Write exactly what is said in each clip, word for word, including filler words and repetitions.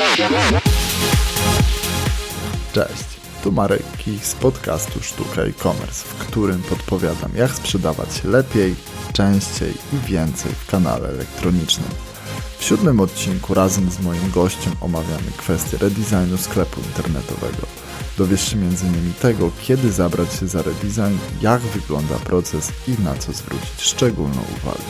Cześć, tu Marek Kij z podcastu Sztuka e-commerce, w którym podpowiadam, jak sprzedawać lepiej, częściej i więcej w kanale elektronicznym. W siódmym odcinku razem z moim gościem omawiamy kwestię redesignu sklepu internetowego. Dowiesz się między innymi tego, kiedy zabrać się za redesign, jak wygląda proces i na co zwrócić szczególną uwagę.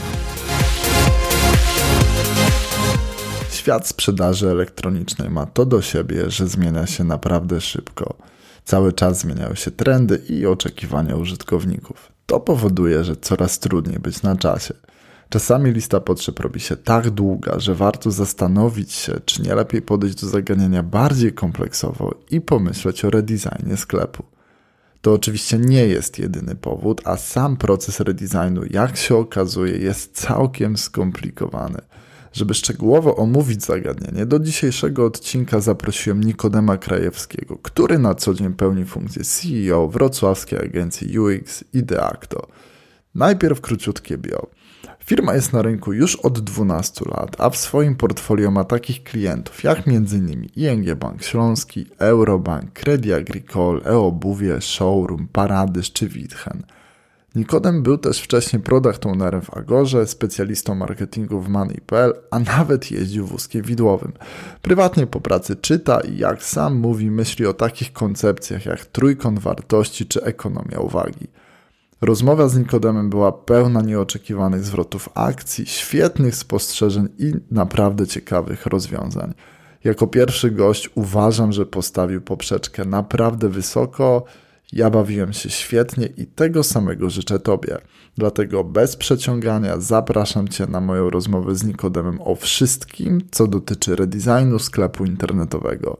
Świat sprzedaży elektronicznej ma to do siebie, że zmienia się naprawdę szybko. Cały czas zmieniają się trendy i oczekiwania użytkowników. To powoduje, że coraz trudniej być na czasie. Czasami lista potrzeb robi się tak długa, że warto zastanowić się, czy nie lepiej podejść do zagadnienia bardziej kompleksowo i pomyśleć o redesignie sklepu. To oczywiście nie jest jedyny powód, a sam proces redesignu, jak się okazuje, jest całkiem skomplikowany. Żeby szczegółowo omówić zagadnienie, do dzisiejszego odcinka zaprosiłem Nikodema Krajewskiego, który na co dzień pełni funkcję C E O wrocławskiej agencji U X Ideacto. Najpierw króciutkie bio. Firma jest na rynku już od dwunastu lat, a w swoim portfolio ma takich klientów jak m.in. I N G Bank Śląski, Eurobank, Crédit Agricole, e-obuwie, Showroom, Paradyż czy Witchen. Nikodem był też wcześniej product ownerem w Agorze, specjalistą marketingu w Money kropka p l, a nawet jeździł wózkiem widłowym. Prywatnie po pracy czyta i jak sam mówi, myśli o takich koncepcjach jak trójkąt wartości czy ekonomia uwagi. Rozmowa z Nikodemem była pełna nieoczekiwanych zwrotów akcji, świetnych spostrzeżeń i naprawdę ciekawych rozwiązań. Jako pierwszy gość uważam, że postawił poprzeczkę naprawdę wysoko. Ja bawiłem się świetnie i tego samego życzę Tobie. Dlatego bez przeciągania zapraszam Cię na moją rozmowę z Nikodemem o wszystkim, co dotyczy redesignu sklepu internetowego.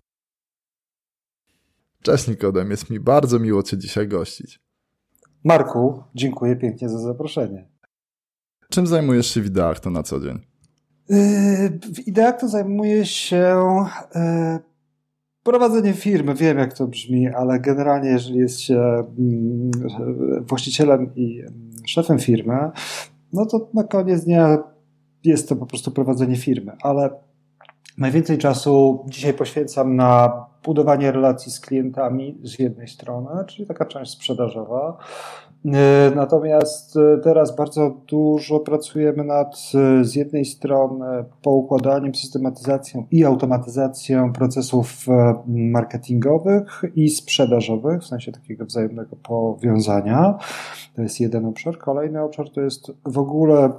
Cześć Nikodem, jest mi bardzo miło Cię dzisiaj gościć. Marku, dziękuję pięknie za zaproszenie. Czym zajmujesz się w Ideacto na co dzień? W Ideacto zajmuję się prowadzeniem firmy. Wiem, jak to brzmi, ale generalnie jeżeli jest się właścicielem i szefem firmy, no to na koniec dnia jest to po prostu prowadzenie firmy, ale najwięcej czasu dzisiaj poświęcam na budowanie relacji z klientami z jednej strony, czyli taka część sprzedażowa. Natomiast teraz bardzo dużo pracujemy nad z jednej strony poukładaniem, systematyzacją i automatyzacją procesów marketingowych i sprzedażowych, w sensie takiego wzajemnego powiązania. To jest jeden obszar. Kolejny obszar to jest w ogóle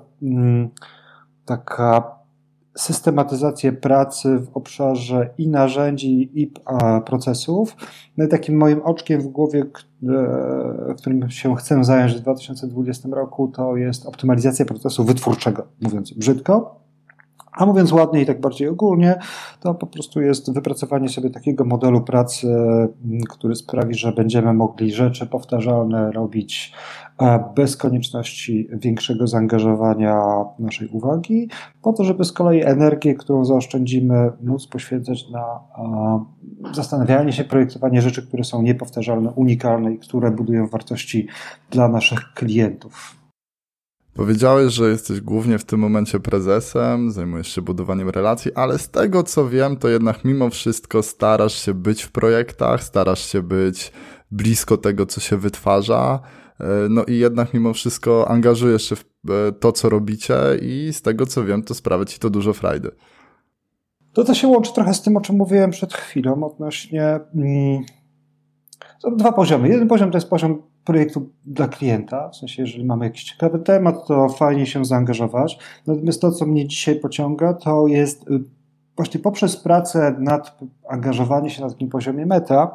taka systematyzację pracy w obszarze i narzędzi, i procesów. No i takim moim oczkiem w głowie, którym się chcę zająć w dwa tysiące dwudziestym roku, to jest optymalizacja procesu wytwórczego, mówiąc brzydko. A mówiąc ładnie i tak bardziej ogólnie, to po prostu jest wypracowanie sobie takiego modelu pracy, który sprawi, że będziemy mogli rzeczy powtarzalne robić bez konieczności większego zaangażowania naszej uwagi, po to, żeby z kolei energię, którą zaoszczędzimy, móc poświęcać na zastanawianie się, projektowanie rzeczy, które są niepowtarzalne, unikalne i które budują wartości dla naszych klientów. Powiedziałeś, że jesteś głównie w tym momencie prezesem, zajmujesz się budowaniem relacji, ale z tego co wiem, to jednak mimo wszystko starasz się być w projektach, starasz się być blisko tego, co się wytwarza, no i jednak mimo wszystko angażujesz się w to, co robicie i z tego co wiem, to sprawia Ci to dużo frajdy. To to się łączy trochę z tym, o czym mówiłem przed chwilą odnośnie... Hmm, są dwa poziomy. Jeden poziom to jest poziom projektu dla klienta, w sensie jeżeli mamy jakiś ciekawy temat, to fajnie się zaangażować. Natomiast to, co mnie dzisiaj pociąga, to jest właśnie poprzez pracę nad angażowanie się na takim poziomie meta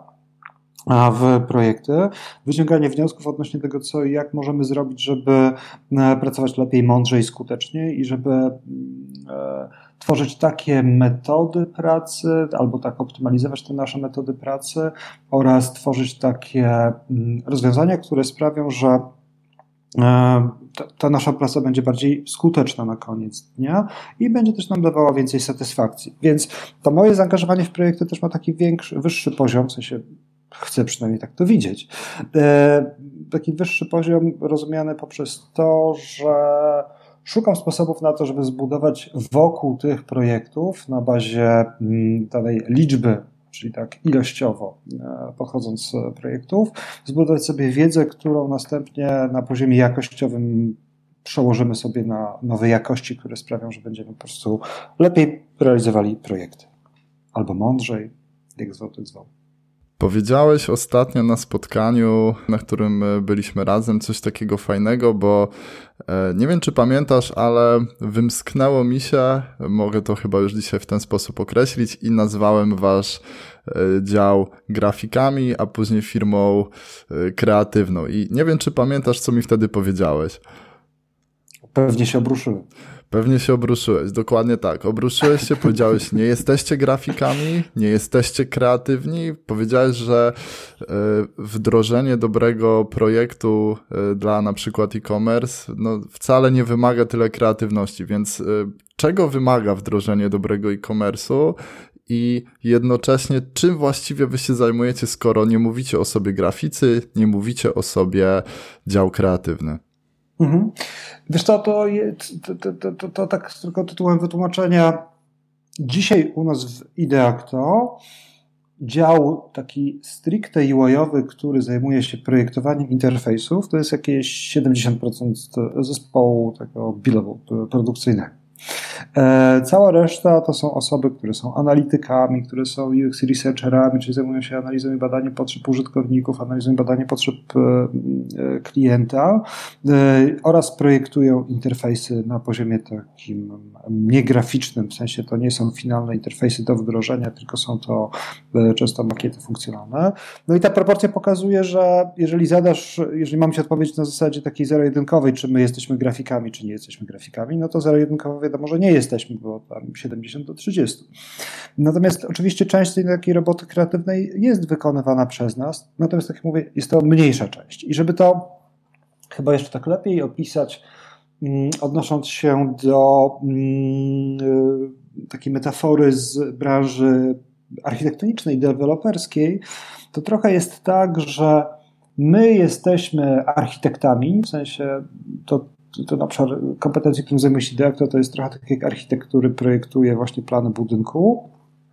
w projekty, wyciąganie wniosków odnośnie tego, co i jak możemy zrobić, żeby pracować lepiej, mądrzej, skuteczniej i żeby tworzyć takie metody pracy albo tak optymalizować te nasze metody pracy oraz tworzyć takie rozwiązania, które sprawią, że ta, ta nasza praca będzie bardziej skuteczna na koniec dnia i będzie też nam dawała więcej satysfakcji. Więc to moje zaangażowanie w projekty też ma taki większy, wyższy poziom, w sensie chcę przynajmniej tak to widzieć. Taki wyższy poziom rozumiany poprzez to, że szukam sposobów na to, żeby zbudować wokół tych projektów na bazie danej liczby, czyli tak ilościowo podchodząc z projektów, zbudować sobie wiedzę, którą następnie na poziomie jakościowym przełożymy sobie na nowe jakości, które sprawią, że będziemy po prostu lepiej realizowali projekty. Albo mądrzej, jak zwał, tak zwał. Powiedziałeś ostatnio na spotkaniu, na którym byliśmy razem, coś takiego fajnego, bo nie wiem, czy pamiętasz, ale wymsknęło mi się, mogę to chyba już dzisiaj w ten sposób określić, i nazwałem wasz dział grafikami, a później firmą kreatywną. I nie wiem, czy pamiętasz, co mi wtedy powiedziałeś. Pewnie się obruszyłem. Pewnie się obruszyłeś, dokładnie tak. Obruszyłeś się, powiedziałeś, nie jesteście grafikami, nie jesteście kreatywni. Powiedziałeś, że wdrożenie dobrego projektu dla na przykład e-commerce no, wcale nie wymaga tyle kreatywności, więc czego wymaga wdrożenie dobrego e-commerce'u i jednocześnie czym właściwie wy się zajmujecie, skoro nie mówicie o sobie graficy, nie mówicie o sobie dział kreatywny? Mhm. Wiesz co, to, to, to, to, to tak tylko tytułem wytłumaczenia. Dzisiaj u nas w Ideacto dział taki stricte U I-owy, który zajmuje się projektowaniem interfejsów, to jest jakieś siedemdziesiąt procent zespołu tego billowego, produkcyjnego. Cała reszta to są osoby, które są analitykami, które są U X researcherami, czyli zajmują się analizą i badaniem potrzeb użytkowników, analizą i badaniem potrzeb klienta oraz projektują interfejsy na poziomie takim niegraficznym, w sensie to nie są finalne interfejsy do wdrożenia, tylko są to często makiety funkcjonalne. No i ta proporcja pokazuje, że jeżeli zadasz, jeżeli mam ci odpowiedzieć na zasadzie takiej zero-jedynkowej, czy my jesteśmy grafikami, czy nie jesteśmy grafikami, no to zero-jedynkowo wiadomo, że nie jesteśmy, bo tam siedemdziesiąt do trzydziestu. Natomiast oczywiście część tej takiej roboty kreatywnej jest wykonywana przez nas, natomiast tak jak mówię, jest to mniejsza część. I żeby to chyba jeszcze tak lepiej opisać, odnosząc się do takiej metafory z branży architektonicznej, deweloperskiej, to trochę jest tak, że my jesteśmy architektami, w sensie to ten obszar kompetencji, którym zajmuje się Ideacto, to jest trochę tak jak architekt, który projektuje właśnie plany budynku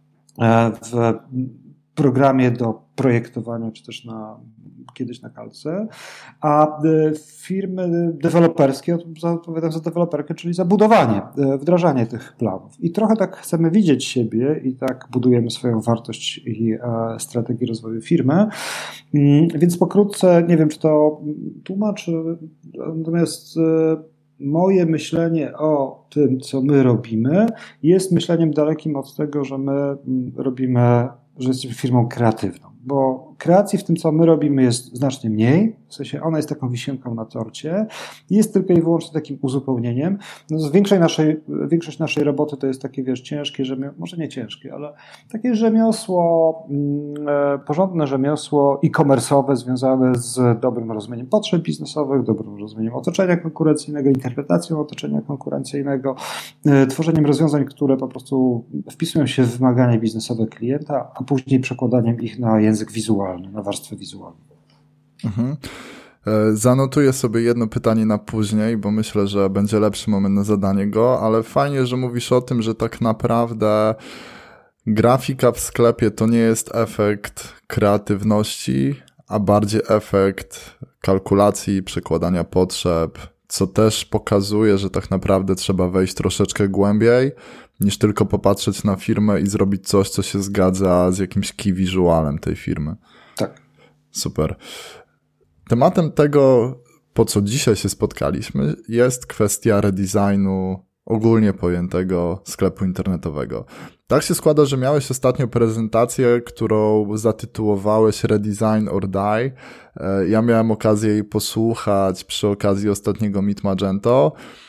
w programie do projektowania, czy też na, kiedyś na kalce, a firmy deweloperskie odpowiadają za deweloperkę, czyli za budowanie, wdrażanie tych planów. I trochę tak chcemy widzieć siebie i tak budujemy swoją wartość i strategię rozwoju firmy. Więc pokrótce, nie wiem, czy to tłumaczy, natomiast moje myślenie o tym, co my robimy, jest myśleniem dalekim od tego, że my robimy, że jesteśmy firmą kreatywną, bo kreacji w tym, co my robimy, jest znacznie mniej, w sensie ona jest taką wisienką na torcie, jest tylko i wyłącznie takim uzupełnieniem. No, większość naszej, większość naszej roboty to jest takie, wiesz, ciężkie rzemiosło, może nie ciężkie, ale takie rzemiosło, mm, porządne rzemiosło e-commerce'owe związane z dobrym rozumieniem potrzeb biznesowych, dobrym rozumieniem otoczenia konkurencyjnego, interpretacją otoczenia konkurencyjnego, y, tworzeniem rozwiązań, które po prostu wpisują się w wymagania biznesowe klienta, a później przekładaniem ich na język wizualny, na warstwę wizualną. Mhm. Zanotuję sobie jedno pytanie na później, bo myślę, że będzie lepszy moment na zadanie go, ale fajnie, że mówisz o tym, że tak naprawdę grafika w sklepie to nie jest efekt kreatywności, a bardziej efekt kalkulacji, przekładania potrzeb, co też pokazuje, że tak naprawdę trzeba wejść troszeczkę głębiej, niż tylko popatrzeć na firmę i zrobić coś, co się zgadza z jakimś key visualem tej firmy. Tak. Super. Tematem tego, po co dzisiaj się spotkaliśmy, jest kwestia redesignu ogólnie pojętego sklepu internetowego. Tak się składa, że miałeś ostatnio prezentację, którą zatytułowałeś Redesign or Die. Ja miałem okazję jej posłuchać przy okazji ostatniego Meet Magento,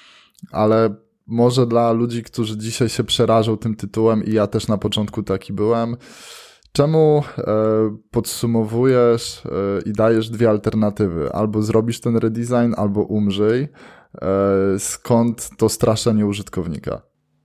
ale może dla ludzi, którzy dzisiaj się przerażą tym tytułem, i ja też na początku taki byłem, czemu e, podsumowujesz e, i dajesz dwie alternatywy? Albo zrobisz ten redesign, albo umrzyj. E, skąd to straszenie użytkownika?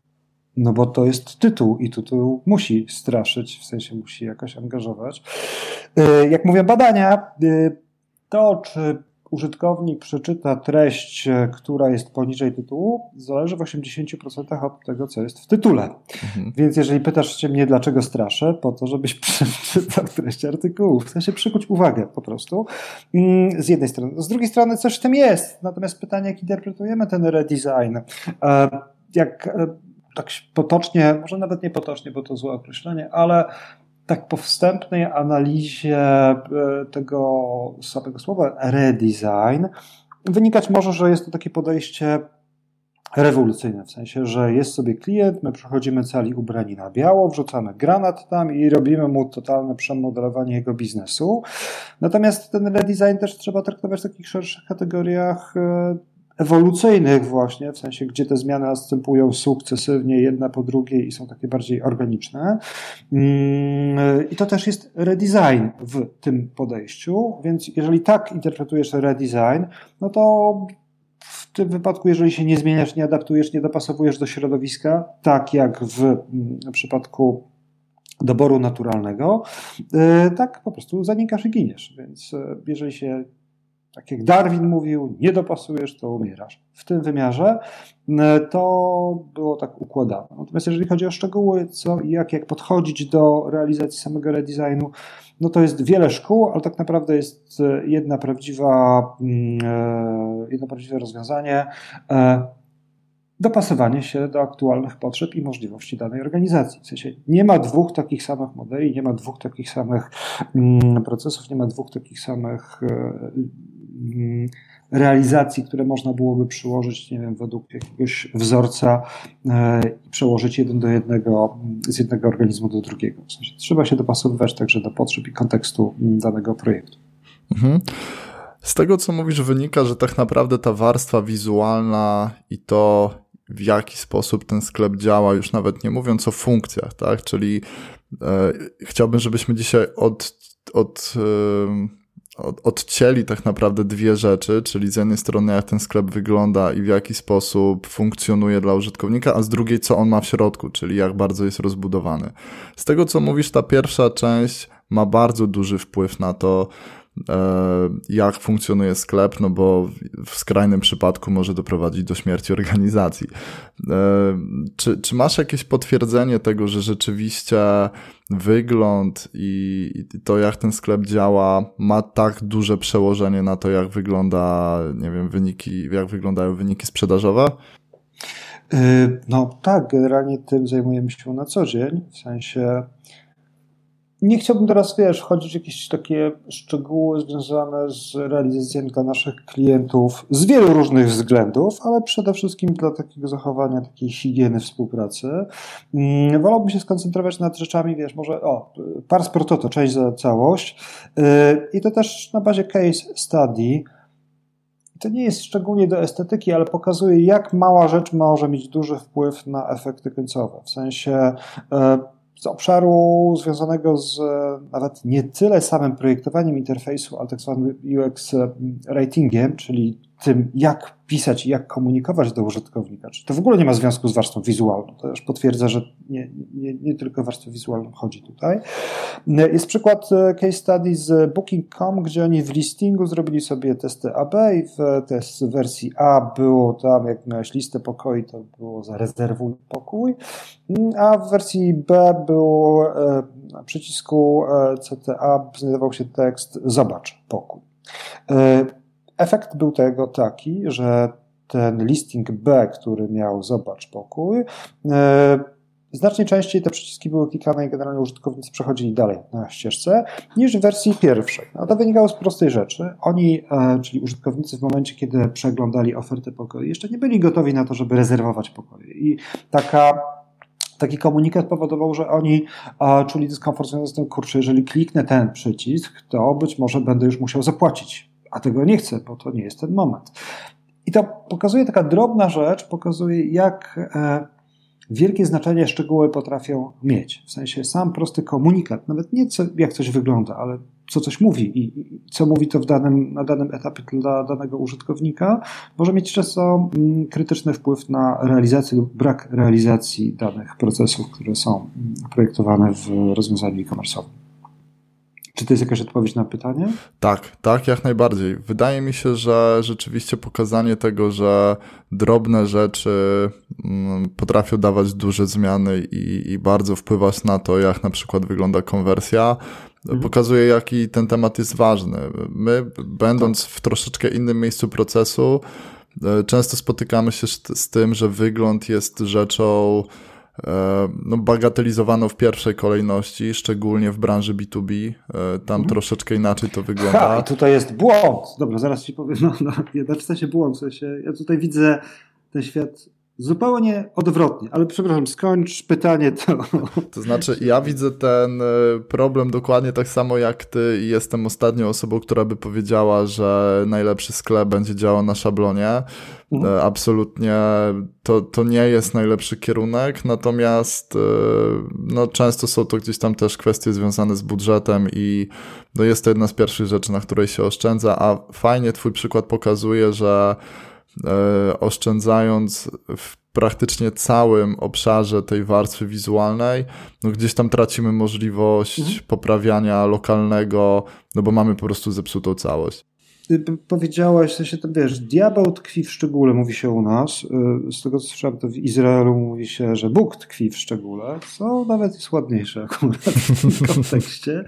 No bo to jest tytuł i tytuł musi straszyć, w sensie musi jakoś angażować. E, jak mówię badania, e, to czy użytkownik przeczyta treść, która jest poniżej tytułu, zależy w osiemdziesiąt procent od tego, co jest w tytule. Mhm. Więc jeżeli pytasz się mnie, dlaczego straszę, po to, żebyś przeczytał treść artykułu. W sensie przykuć uwagę po prostu. Z jednej strony. Z drugiej strony coś w tym jest. Natomiast pytanie, jak interpretujemy ten redesign. Jak tak potocznie, może nawet nie potocznie, bo to złe określenie, ale tak po wstępnej analizie tego samego słowa redesign wynikać może, że jest to takie podejście rewolucyjne, w sensie, że jest sobie klient, my przychodzimy cali ubrani na biało, wrzucamy granat tam i robimy mu totalne przemodelowanie jego biznesu. Natomiast ten redesign też trzeba traktować w takich szerszych kategoriach ewolucyjnych właśnie, w sensie, gdzie te zmiany następują sukcesywnie, jedna po drugiej i są takie bardziej organiczne. I to też jest redesign w tym podejściu, więc jeżeli tak interpretujesz redesign, no to w tym wypadku, jeżeli się nie zmieniasz, nie adaptujesz, nie dopasowujesz do środowiska, tak jak w przypadku doboru naturalnego, tak po prostu zanikasz i giniesz. Więc jeżeli się, tak jak Darwin mówił, nie dopasujesz, to umierasz. W tym wymiarze to było tak układane. Natomiast jeżeli chodzi o szczegóły, co i jak, jak podchodzić do realizacji samego redesignu, no to jest wiele szkół, ale tak naprawdę jest jedna prawdziwa, jedno prawdziwe rozwiązanie. Dopasowanie się do aktualnych potrzeb i możliwości danej organizacji. W sensie nie ma dwóch takich samych modeli, nie ma dwóch takich samych procesów, nie ma dwóch takich samych realizacji, które można byłoby przyłożyć, nie wiem, według jakiegoś wzorca i przełożyć jeden do jednego, z jednego organizmu do drugiego. W sensie trzeba się dopasowywać także do potrzeb i kontekstu danego projektu. Mhm. Z tego, co mówisz, wynika, że tak naprawdę ta warstwa wizualna i to, w jaki sposób ten sklep działa, już nawet nie mówiąc o funkcjach, tak? Czyli e, chciałbym, żebyśmy dzisiaj od, od, e, od, odcięli tak naprawdę dwie rzeczy, czyli z jednej strony jak ten sklep wygląda i w jaki sposób funkcjonuje dla użytkownika, a z drugiej co on ma w środku, czyli jak bardzo jest rozbudowany. Z tego, co mówisz, ta pierwsza część ma bardzo duży wpływ na to, jak funkcjonuje sklep, no bo w skrajnym przypadku może doprowadzić do śmierci organizacji. Czy, czy masz jakieś potwierdzenie tego, że rzeczywiście wygląd i, i to, jak ten sklep działa, ma tak duże przełożenie na to, jak wygląda, nie wiem, wyniki, jak wyglądają wyniki sprzedażowe? No tak, generalnie tym zajmujemy się na co dzień, w sensie nie chciałbym teraz, wiesz, wchodzić w jakieś takie szczegóły związane z realizacją dla naszych klientów z wielu różnych względów, ale przede wszystkim dla takiego zachowania takiej higieny współpracy. Wolałbym się skoncentrować nad rzeczami, wiesz, może o, pars pro toto, część za całość i to też na bazie case study. To nie jest szczególnie do estetyki, ale pokazuje, jak mała rzecz może mieć duży wpływ na efekty końcowe. W sensie z obszaru związanego z nawet nie tyle samym projektowaniem interfejsu, ale tak zwanym U X writingiem, czyli tym, jak pisać i jak komunikować do użytkownika. Czyli to w ogóle nie ma związku z warstwą wizualną. To już potwierdza, że nie, nie, nie tylko o warstwę wizualną chodzi tutaj. Jest przykład case study z booking kropka com, gdzie oni w listingu zrobili sobie testy A B i w test wersji A było tam, jak miałeś listę pokoi, to było zarezerwuj pokój, a w wersji B było na przycisku C T A znajdował się tekst zobacz pokój. Efekt był tego taki, że ten listing B, który miał zobacz pokój, znacznie częściej te przyciski były klikane i generalnie użytkownicy przechodzili dalej na ścieżce niż w wersji pierwszej. No to wynikało z prostej rzeczy. Oni, czyli użytkownicy w momencie, kiedy przeglądali ofertę pokoju, jeszcze nie byli gotowi na to, żeby rezerwować pokoje. I taka Taki komunikat powodował, że oni a, czuli dyskomfort związany z tym, kurczę, jeżeli kliknę ten przycisk, to być może będę już musiał zapłacić. A tego nie chcę, bo to nie jest ten moment. I to pokazuje, taka drobna rzecz, pokazuje, jak e, wielkie znaczenie szczegóły potrafią mieć. W sensie sam prosty komunikat, nawet nie co, jak coś wygląda, ale co coś mówi i, i co mówi to w danym, na danym etapie dla danego użytkownika, może mieć często mm, krytyczny wpływ na realizację lub brak realizacji danych procesów, które są projektowane w rozwiązaniu e-commerce'owym. Czy to jest jakaś odpowiedź na pytanie? Tak, tak, jak najbardziej. Wydaje mi się, że rzeczywiście pokazanie tego, że drobne rzeczy potrafią dawać duże zmiany i, i bardzo wpływać na to, jak na przykład wygląda konwersja, mhm. pokazuje, jaki ten temat jest ważny. My, będąc w troszeczkę innym miejscu procesu, często spotykamy się z tym, że wygląd jest rzeczą no, bagatelizowaną w pierwszej kolejności, szczególnie w branży B dwa B. Tam mhm. troszeczkę inaczej to wygląda. Ha, i tutaj jest błąd. Dobra, zaraz ci powiem. No, no, naczyta się błąd. W sensie, ja tutaj widzę ten świat zupełnie odwrotnie, ale przepraszam, skończ pytanie to. To znaczy, ja widzę ten problem dokładnie tak samo jak ty i jestem ostatnią osobą, która by powiedziała, że najlepszy sklep będzie działał na szablonie. Mhm. Absolutnie to, to nie jest najlepszy kierunek, natomiast no, często są to gdzieś tam też kwestie związane z budżetem i no, jest to jedna z pierwszych rzeczy, na której się oszczędza, a fajnie twój przykład pokazuje, że oszczędzając w praktycznie całym obszarze tej warstwy wizualnej, no gdzieś tam tracimy możliwość mhm. poprawiania lokalnego, no bo mamy po prostu zepsutą całość. Ty powiedziałaś, w sensie, to wiesz, diabeł tkwi w szczególe, mówi się u nas. Z tego co słyszałem, to w Izraelu mówi się, że Bóg tkwi w szczególe, co nawet jest ładniejsze akurat w tym kontekście.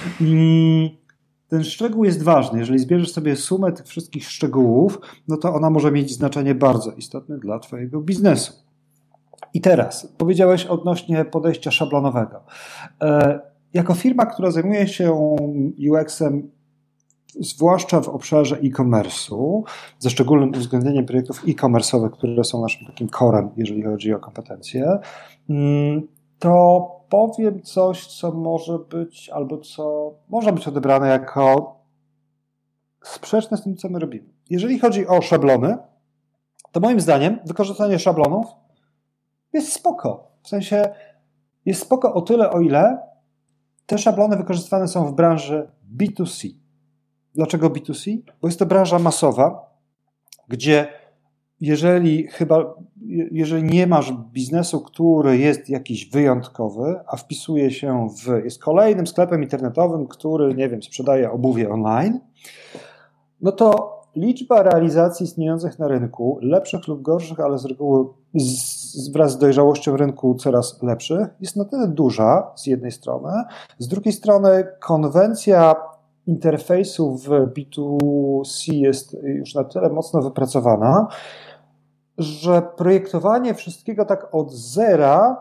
Ten szczegół jest ważny. Jeżeli zbierzesz sobie sumę tych wszystkich szczegółów, no to ona może mieć znaczenie bardzo istotne dla twojego biznesu. I teraz, powiedziałeś odnośnie podejścia szablonowego. E, jako firma, która zajmuje się U X-em, zwłaszcza w obszarze e-commerce'u, ze szczególnym uwzględnieniem projektów e-commerce'owych, które są naszym takim corem, jeżeli chodzi o kompetencje, to powiem coś, co może być, albo co może być odebrane jako sprzeczne z tym, co my robimy. Jeżeli chodzi o szablony, to moim zdaniem wykorzystanie szablonów jest spoko. W sensie jest spoko o tyle, o ile te szablony wykorzystywane są w branży B dwa C. Dlaczego B dwa C? Bo jest to branża masowa, gdzie jeżeli chyba, jeżeli nie masz biznesu, który jest jakiś wyjątkowy, a wpisuje się w, jest kolejnym sklepem internetowym, który, nie wiem, sprzedaje obuwie online, no to liczba realizacji istniejących na rynku, lepszych lub gorszych, ale z reguły z, wraz z dojrzałością rynku coraz lepszych, jest na tyle duża z jednej strony, z drugiej strony konwencja interfejsu w B dwa C jest już na tyle mocno wypracowana, że projektowanie wszystkiego tak od zera,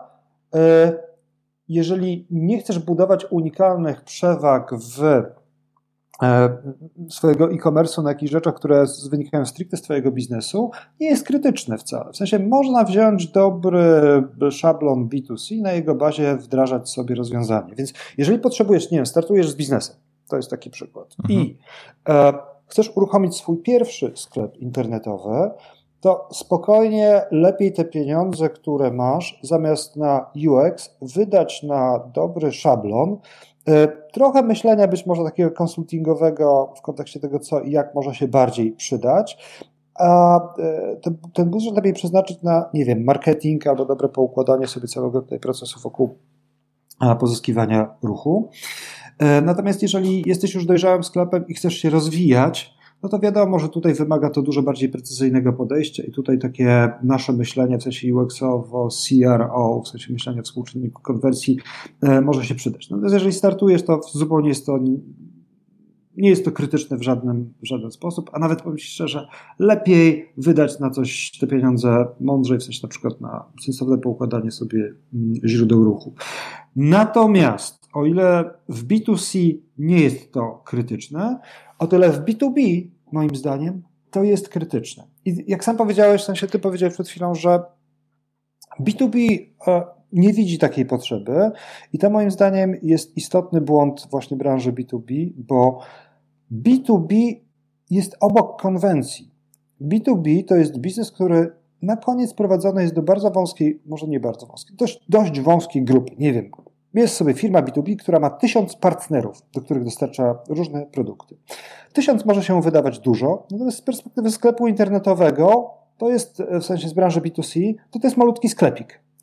jeżeli nie chcesz budować unikalnych przewag w swojego e-commerce'u na jakichś rzeczach, które wynikają stricte z twojego biznesu, nie jest krytyczne wcale. W sensie można wziąć dobry szablon B dwa C i na jego bazie wdrażać sobie rozwiązanie. Więc jeżeli potrzebujesz, nie wiem, startujesz z biznesem, to jest taki przykład, mhm. i e, chcesz uruchomić swój pierwszy sklep internetowy, to spokojnie lepiej te pieniądze, które masz, zamiast na U X wydać na dobry szablon. Trochę myślenia być może takiego konsultingowego w kontekście tego, co i jak może się bardziej przydać, a ten, ten budżet lepiej przeznaczyć na, nie wiem, marketing albo dobre poukładanie sobie całego tutaj procesu wokół pozyskiwania ruchu. Natomiast jeżeli jesteś już dojrzałym sklepem i chcesz się rozwijać, no to wiadomo, że tutaj wymaga to dużo bardziej precyzyjnego podejścia i tutaj takie nasze myślenie w sensie U X-owo, C R O, w sensie myślenia współczynniku konwersji e, może się przydać. Natomiast jeżeli startujesz, to zupełnie jest to, nie jest to krytyczne w żadnym, w żaden sposób, a nawet powiem Ci szczerze, lepiej wydać na coś te pieniądze mądrzej, w sensie na przykład na sensowne poukładanie sobie źródeł ruchu. Natomiast o ile w B dwa C nie jest to krytyczne, o tyle w B dwa B, moim zdaniem, to jest krytyczne. I jak sam powiedziałeś, w sensie ty powiedziałeś przed chwilą, że B dwa B nie widzi takiej potrzeby i to moim zdaniem jest istotny błąd właśnie branży B dwa B, bo B dwa B jest obok konwencji. B dwa B to jest biznes, który na koniec prowadzony jest do bardzo wąskiej, może nie bardzo wąskiej, dość, dość wąskiej grupy, nie wiem. Jest sobie firma B dwa B, która ma tysiąc partnerów, do których dostarcza różne produkty. Tysiąc może się wydawać dużo, natomiast z perspektywy sklepu internetowego, to jest w sensie z branży B dwa C, to to jest malutki sklepik.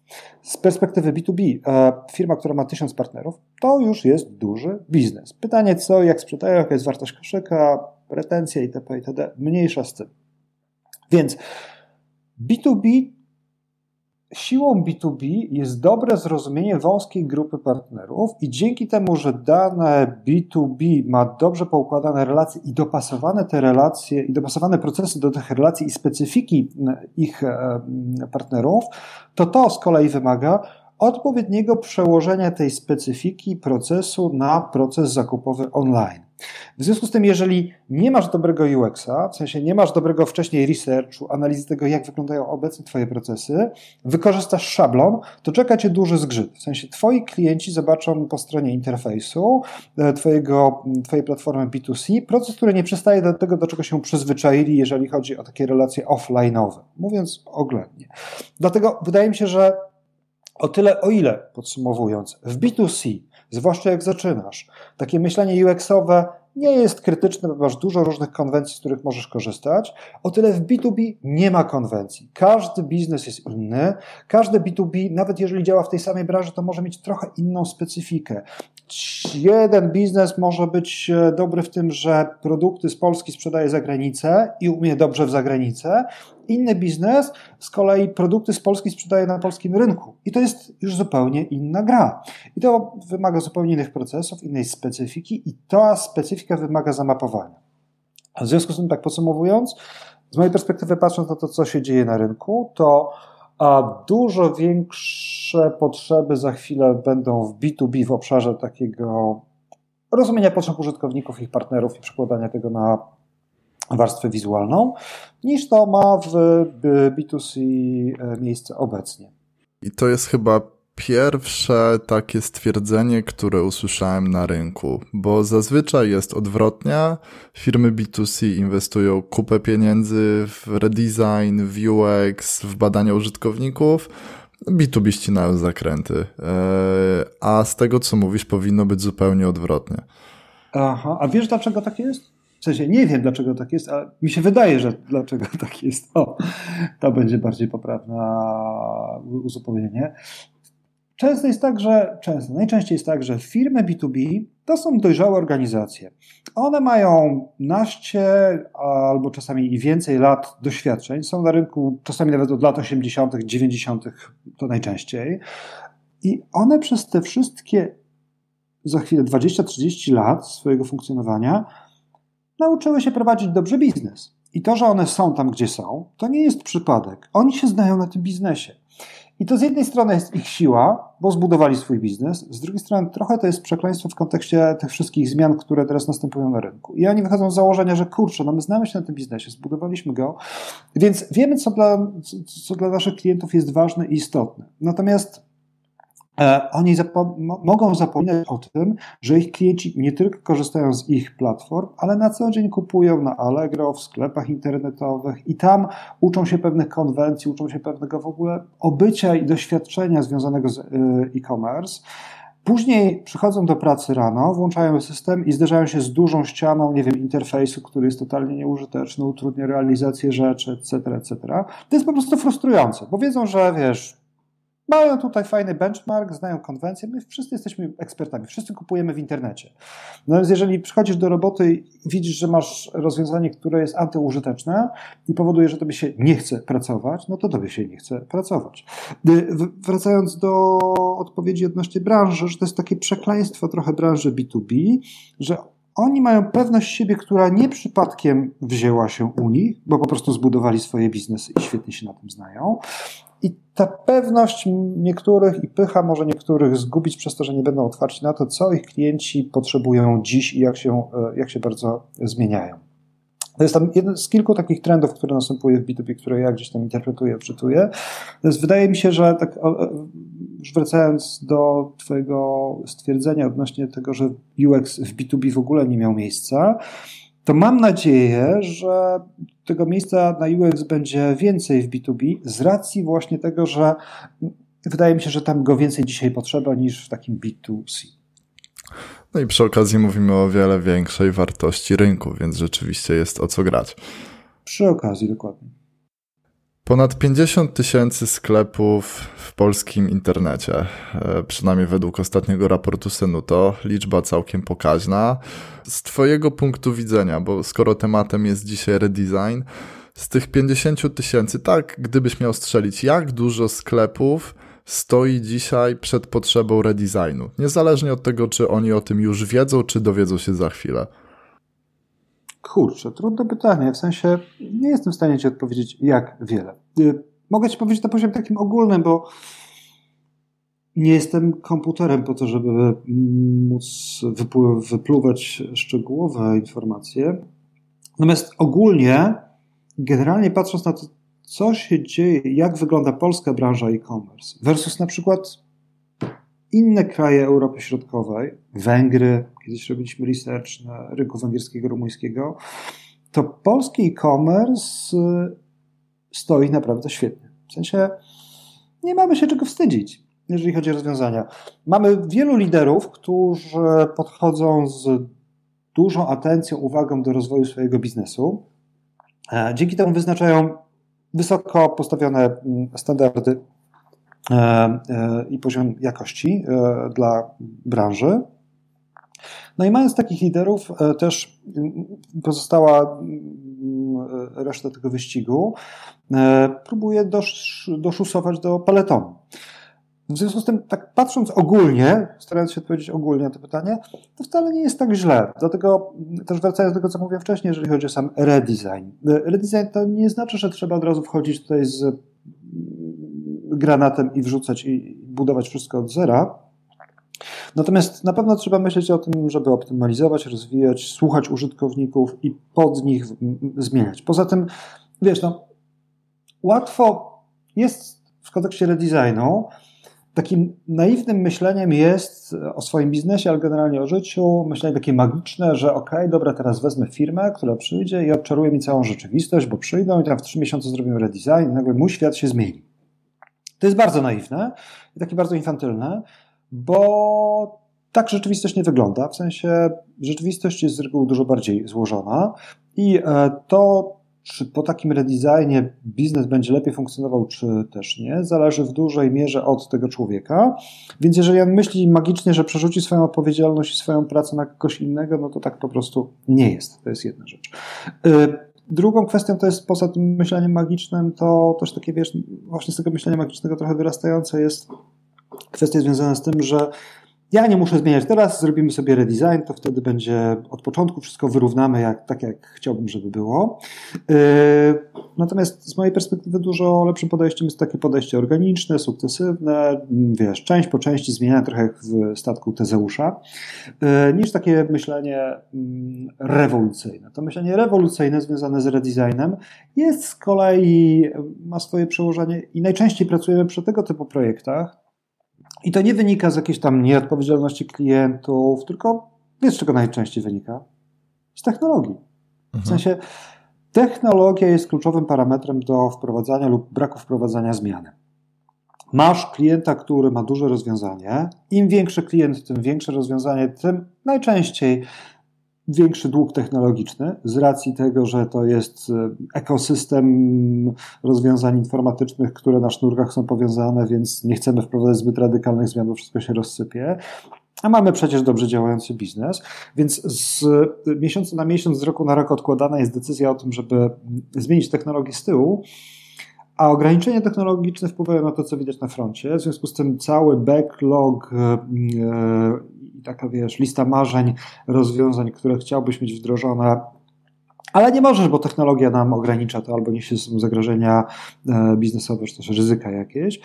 Z perspektywy B dwa B, firma, która ma tysiąc partnerów, to już jest duży biznes. Pytanie co, jak sprzedają, jaka jest wartość koszyka, retencja itp. itd. Mniejsza z tym. Więc B dwa B, siłą B dwa B jest dobre zrozumienie wąskiej grupy partnerów i dzięki temu, że dane B dwa B ma dobrze poukładane relacje i dopasowane te relacje i dopasowane procesy do tych relacji i specyfiki ich partnerów, to to z kolei wymaga odpowiedniego przełożenia tej specyfiki procesu na proces zakupowy online. W związku z tym, jeżeli nie masz dobrego U X a, w sensie nie masz dobrego wcześniej researchu, analizy tego, jak wyglądają obecnie twoje procesy, wykorzystasz szablon, to czeka cię duży zgrzyt. W sensie twoi klienci zobaczą po stronie interfejsu twojego, twojej platformy B dwa C proces, który nie przystaje do tego, do czego się przyzwyczaili, jeżeli chodzi o takie relacje offline'owe, mówiąc oględnie. Dlatego wydaje mi się, że o tyle, o ile, podsumowując, w B dwa C, zwłaszcza jak zaczynasz, takie myślenie U X-owe nie jest krytyczne, bo masz dużo różnych konwencji, z których możesz korzystać, o tyle w B dwa B nie ma konwencji. Każdy biznes jest inny, każdy B dwa B, nawet jeżeli działa w tej samej branży, to może mieć trochę inną specyfikę. Jeden biznes może być dobry w tym, że produkty z Polski sprzedaje za granicę i umie dobrze w zagranicę. Inny biznes z kolei produkty z Polski sprzedaje na polskim rynku. I to jest już zupełnie inna gra. I to wymaga zupełnie innych procesów, innej specyfiki i ta specyfika wymaga zamapowania. A w związku z tym, tak podsumowując, z mojej perspektywy patrząc na to, co się dzieje na rynku, to a dużo większe potrzeby za chwilę będą w B dwa B w obszarze takiego rozumienia potrzeb użytkowników, ich partnerów i przekładania tego na warstwę wizualną, niż to ma w B dwa C miejsce obecnie. I to jest chyba pierwsze takie stwierdzenie, które usłyszałem na rynku, bo zazwyczaj jest odwrotnie. Firmy B dwa C inwestują kupę pieniędzy w redesign, w U X, w badania użytkowników. B dwa B ścinają zakręty, a z tego, co mówisz, powinno być zupełnie odwrotnie. Aha, a wiesz, dlaczego tak jest? W sensie nie wiem, dlaczego tak jest, ale mi się wydaje, że dlaczego tak jest. O, to będzie bardziej poprawne uzupełnienie. Często jest tak, że, często, najczęściej jest tak, że firmy B dwa B to są dojrzałe organizacje. One mają naście albo czasami i więcej lat doświadczeń. Są na rynku czasami nawet od lat osiemdziesiątych, dziewięćdziesiątych to najczęściej. I one przez te wszystkie za chwilę dwadzieścia trzydzieści lat swojego funkcjonowania nauczyły się prowadzić dobrze biznes. I to, że one są tam, gdzie są, to nie jest przypadek. Oni się znają na tym biznesie. I to z jednej strony jest ich siła, bo zbudowali swój biznes, z drugiej strony trochę to jest przekleństwo w kontekście tych wszystkich zmian, które teraz następują na rynku. I oni wychodzą z założenia, że kurczę, no my znamy się na tym biznesie, zbudowaliśmy go, więc wiemy, co dla, co dla naszych klientów jest ważne i istotne. Natomiast e, oni zapo- mogą zapominać o tym, że ich klienci nie tylko korzystają z ich platform, ale na co dzień kupują na Allegro, w sklepach internetowych i tam uczą się pewnych konwencji, uczą się pewnego w ogóle obycia i doświadczenia związanego z e-commerce. Później przychodzą do pracy rano, włączają system i zderzają się z dużą ścianą, nie wiem, interfejsu, który jest totalnie nieużyteczny, utrudnia realizację rzeczy, et cetera, et cetera. To jest po prostu frustrujące, bo wiedzą, że wiesz, mają tutaj fajny benchmark, znają konwencje, my wszyscy jesteśmy ekspertami, wszyscy kupujemy w internecie. No więc jeżeli przychodzisz do roboty i widzisz, że masz rozwiązanie, które jest antyużyteczne i powoduje, że tobie się nie chce pracować, no to tobie się nie chce pracować. Wracając do odpowiedzi odnośnie branży, że to jest takie przekleństwo trochę branży B dwa B, że oni mają pewność siebie, która nie przypadkiem wzięła się u nich, bo po prostu zbudowali swoje biznesy i świetnie się na tym znają. I ta pewność niektórych i pycha może niektórych zgubić przez to, że nie będą otwarci na to, co ich klienci potrzebują dziś i jak się, jak się bardzo zmieniają. To jest tam jeden z kilku takich trendów, które następuje w B dwa B, które ja gdzieś tam interpretuję, odczytuję. Więc wydaje mi się, że tak, już wracając do twojego stwierdzenia odnośnie tego, że U X w B dwa B w ogóle nie miał miejsca, to mam nadzieję, że tego miejsca na U X będzie więcej w B dwa B z racji właśnie tego, że wydaje mi się, że tam go więcej dzisiaj potrzeba niż w takim B dwa C. No i przy okazji mówimy o wiele większej wartości rynku, więc rzeczywiście jest o co grać. Przy okazji, dokładnie. Ponad pięćdziesiąt tysięcy sklepów w polskim internecie, przynajmniej według ostatniego raportu Senuto, liczba całkiem pokaźna. Z twojego punktu widzenia, bo skoro tematem jest dzisiaj redesign, z tych pięćdziesiąt tysięcy, tak, gdybyś miał strzelić, jak dużo sklepów stoi dzisiaj przed potrzebą redesignu? Niezależnie od tego, czy oni o tym już wiedzą, czy dowiedzą się za chwilę. Kurczę, trudne pytanie, w sensie nie jestem w stanie ci odpowiedzieć, jak wiele. Mogę ci powiedzieć na poziomie takim ogólnym, bo nie jestem komputerem po to, żeby móc wypł- wypluwać szczegółowe informacje. Natomiast ogólnie, generalnie patrząc na to, co się dzieje, jak wygląda polska branża e-commerce versus na przykład inne kraje Europy Środkowej, Węgry, kiedyś robiliśmy research na rynku węgierskiego, rumuńskiego, to polski e-commerce stoi naprawdę świetnie. W sensie nie mamy się czego wstydzić, jeżeli chodzi o rozwiązania. Mamy wielu liderów, którzy podchodzą z dużą atencją, uwagą do rozwoju swojego biznesu. Dzięki temu wyznaczają wysoko postawione standardy i poziom jakości dla branży. No i mając takich liderów, też pozostała reszta tego wyścigu próbuje dosz, doszusować do peletonu. W związku z tym, tak patrząc ogólnie, starając się odpowiedzieć ogólnie na to pytanie, to wcale nie jest tak źle. Dlatego też wracając do tego, co mówiłem wcześniej, jeżeli chodzi o sam redesign. Redesign to nie znaczy, że trzeba od razu wchodzić tutaj z granatem i wrzucać i budować wszystko od zera. Natomiast na pewno trzeba myśleć o tym, żeby optymalizować, rozwijać, słuchać użytkowników i pod nich zmieniać. Poza tym, wiesz, no, łatwo jest w kontekście redesignu. Takim naiwnym myśleniem jest o swoim biznesie, ale generalnie o życiu, myślenie takie magiczne, że okej, okay, dobra, teraz wezmę firmę, która przyjdzie i odczaruje mi całą rzeczywistość, bo przyjdą i tam w trzy miesiące zrobią redesign i nagle mój świat się zmieni. To jest bardzo naiwne i takie bardzo infantylne, bo tak rzeczywistość nie wygląda. W sensie rzeczywistość jest z reguły dużo bardziej złożona i to, czy po takim redesignie biznes będzie lepiej funkcjonował, czy też nie, zależy w dużej mierze od tego człowieka. Więc jeżeli on myśli magicznie, że przerzuci swoją odpowiedzialność i swoją pracę na kogoś innego, no to tak po prostu nie jest. To jest jedna rzecz. Drugą kwestią to jest, poza tym myśleniem magicznym, to też takie, wiesz, właśnie z tego myślenia magicznego trochę wyrastające jest kwestia związana z tym, że ja nie muszę zmieniać teraz, zrobimy sobie redesign, to wtedy będzie od początku wszystko wyrównamy jak, tak, jak chciałbym, żeby było. Yy, natomiast z mojej perspektywy dużo lepszym podejściem jest takie podejście organiczne, sukcesywne, wiesz, część po części zmieniane trochę jak w statku Tezeusza, yy, niż takie myślenie yy, rewolucyjne. To myślenie rewolucyjne związane z redesignem jest z kolei, ma swoje przełożenie i najczęściej pracujemy przy tego typu projektach. I to nie wynika z jakiejś tam nieodpowiedzialności klientów, tylko wiesz, z czego najczęściej wynika? Z technologii. Mhm. W sensie technologia jest kluczowym parametrem do wprowadzania lub braku wprowadzania zmiany. Masz klienta, który ma duże rozwiązanie. Im większy klient, tym większe rozwiązanie, tym najczęściej większy dług technologiczny z racji tego, że to jest ekosystem rozwiązań informatycznych, które na sznurkach są powiązane, więc nie chcemy wprowadzać zbyt radykalnych zmian, bo wszystko się rozsypie. A mamy przecież dobrze działający biznes, więc z miesiąca na miesiąc, z roku na rok odkładana jest decyzja o tym, żeby zmienić technologię z tyłu, a ograniczenia technologiczne wpływają na to, co widać na froncie. W związku z tym cały backlog i taka, wiesz, lista marzeń, rozwiązań, które chciałbyś mieć wdrożone, ale nie możesz, bo technologia nam ogranicza to albo niesie ze sobą zagrożenia biznesowe, czy też ryzyka jakieś,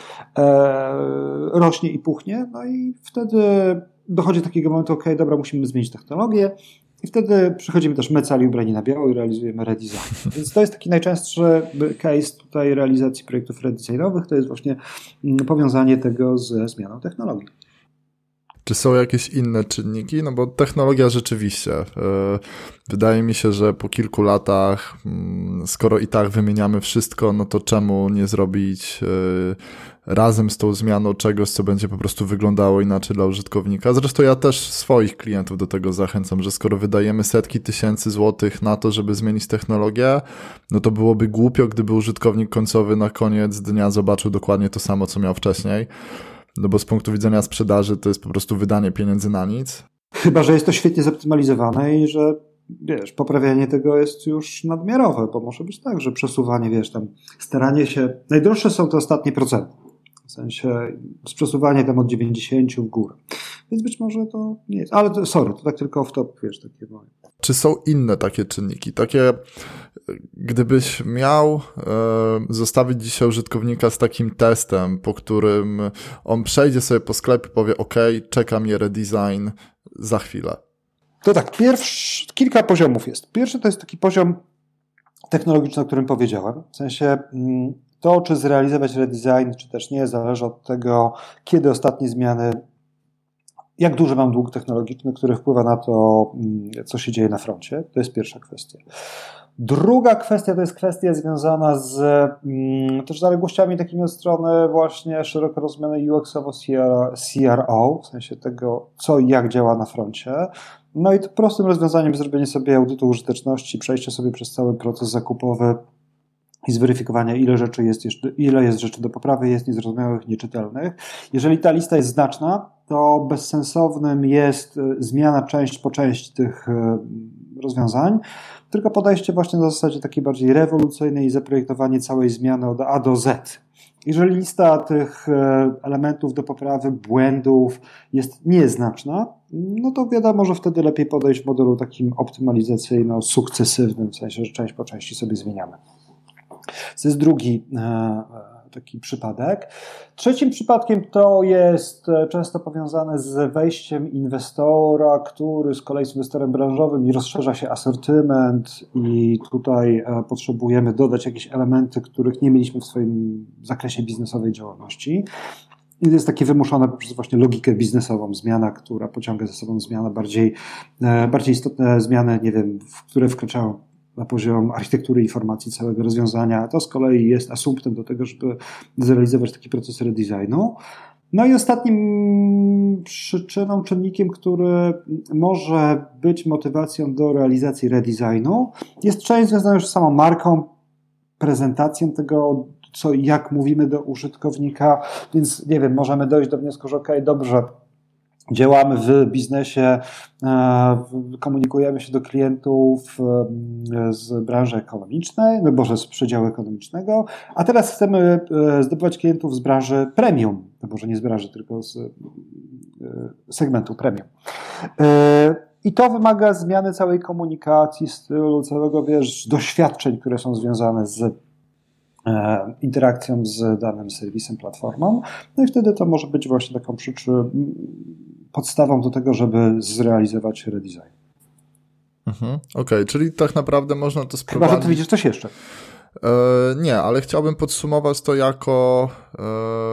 rośnie i puchnie, no i wtedy dochodzi do takiego momentu, ok, dobra, musimy zmienić technologię. I wtedy przychodzimy też my cali ubrani na biało i realizujemy redesign. Więc to jest taki najczęstszy case tutaj realizacji projektów redesignowych, to jest właśnie powiązanie tego ze zmianą technologii. Czy są jakieś inne czynniki? No bo technologia rzeczywiście. Yy, wydaje mi się, że po kilku latach, yy, skoro i tak wymieniamy wszystko, no to czemu nie zrobić yy, razem z tą zmianą czegoś, co będzie po prostu wyglądało inaczej dla użytkownika. Zresztą ja też swoich klientów do tego zachęcam, że skoro wydajemy setki tysięcy złotych na to, żeby zmienić technologię, no to byłoby głupio, gdyby użytkownik końcowy na koniec dnia zobaczył dokładnie to samo, co miał wcześniej. No bo z punktu widzenia sprzedaży to jest po prostu wydanie pieniędzy na nic. Chyba że jest to świetnie zoptymalizowane i że wiesz, poprawianie tego jest już nadmiarowe, bo może być tak, że przesuwanie, wiesz, tam staranie się, najdroższe są te ostatnie procenty. W sensie z przesuwanie tam od dziewięćdziesięciu w górę. Więc być może to nie jest. Ale to, sorry, to tak tylko off top, wiesz, takie moje. Czy są inne takie czynniki? Takie, gdybyś miał e, zostawić dzisiaj użytkownika z takim testem, po którym on przejdzie sobie po sklepie i powie, ok, czeka mnie redesign za chwilę. To tak, pierwszy, kilka poziomów jest. Pierwszy to jest taki poziom technologiczny, o którym powiedziałem. W sensie to, czy zrealizować redesign, czy też nie, zależy od tego, kiedy ostatnie zmiany, jak duży mam dług technologiczny, który wpływa na to, co się dzieje na froncie. To jest pierwsza kwestia. Druga kwestia to jest kwestia związana z mm, też zaległościami takimi od strony właśnie szeroko rozumianej U X-owo C R O, w sensie tego, co i jak działa na froncie. No i to prostym rozwiązaniem zrobienie sobie audytu użyteczności, przejście sobie przez cały proces zakupowy i zweryfikowania, ile rzeczy jest jeszcze, ile jest rzeczy do poprawy, jest niezrozumiałych, nieczytelnych. Jeżeli ta lista jest znaczna, to bezsensownym jest zmiana część po części tych rozwiązań, tylko podejście właśnie na zasadzie takiej bardziej rewolucyjnej i zaprojektowanie całej zmiany od A do Z. Jeżeli lista tych elementów do poprawy, błędów jest nieznaczna, no to wiadomo, że wtedy lepiej podejść w modelu takim optymalizacyjno-sukcesywnym, w sensie, że część po części sobie zmieniamy. To jest drugi taki przypadek. Trzecim przypadkiem to jest często powiązane z wejściem inwestora, który z kolei jest inwestorem branżowym i rozszerza się asortyment i tutaj potrzebujemy dodać jakieś elementy, których nie mieliśmy w swoim zakresie biznesowej działalności. I to jest takie wymuszone poprzez właśnie logikę biznesową zmiana, która pociąga ze sobą zmianę bardziej, bardziej istotne zmiany, nie wiem, które wkraczają na poziom architektury informacji całego rozwiązania. To z kolei jest asumptem do tego, żeby zrealizować taki proces redesignu. No i ostatnim przyczyną, czynnikiem, który może być motywacją do realizacji redesignu, jest część związana już z samą marką, prezentacją tego, co i jak mówimy do użytkownika, więc nie wiem, możemy dojść do wniosku, że okej, okay, dobrze, działamy w biznesie, komunikujemy się do klientów z branży ekonomicznej, no boże, z przedziału ekonomicznego, a teraz chcemy zdobywać klientów z branży premium, no może nie z branży, tylko z segmentu premium. I to wymaga zmiany całej komunikacji, stylu, całego, wiesz, doświadczeń, które są związane z interakcją z danym serwisem, platformą. No i wtedy to może być właśnie taką przyczyną, podstawą do tego, żeby zrealizować redesign. Mhm, Okej, okay. Czyli tak naprawdę można to sprowadzić... Chyba, że ty widzisz coś jeszcze. E, nie, ale chciałbym podsumować to jako e,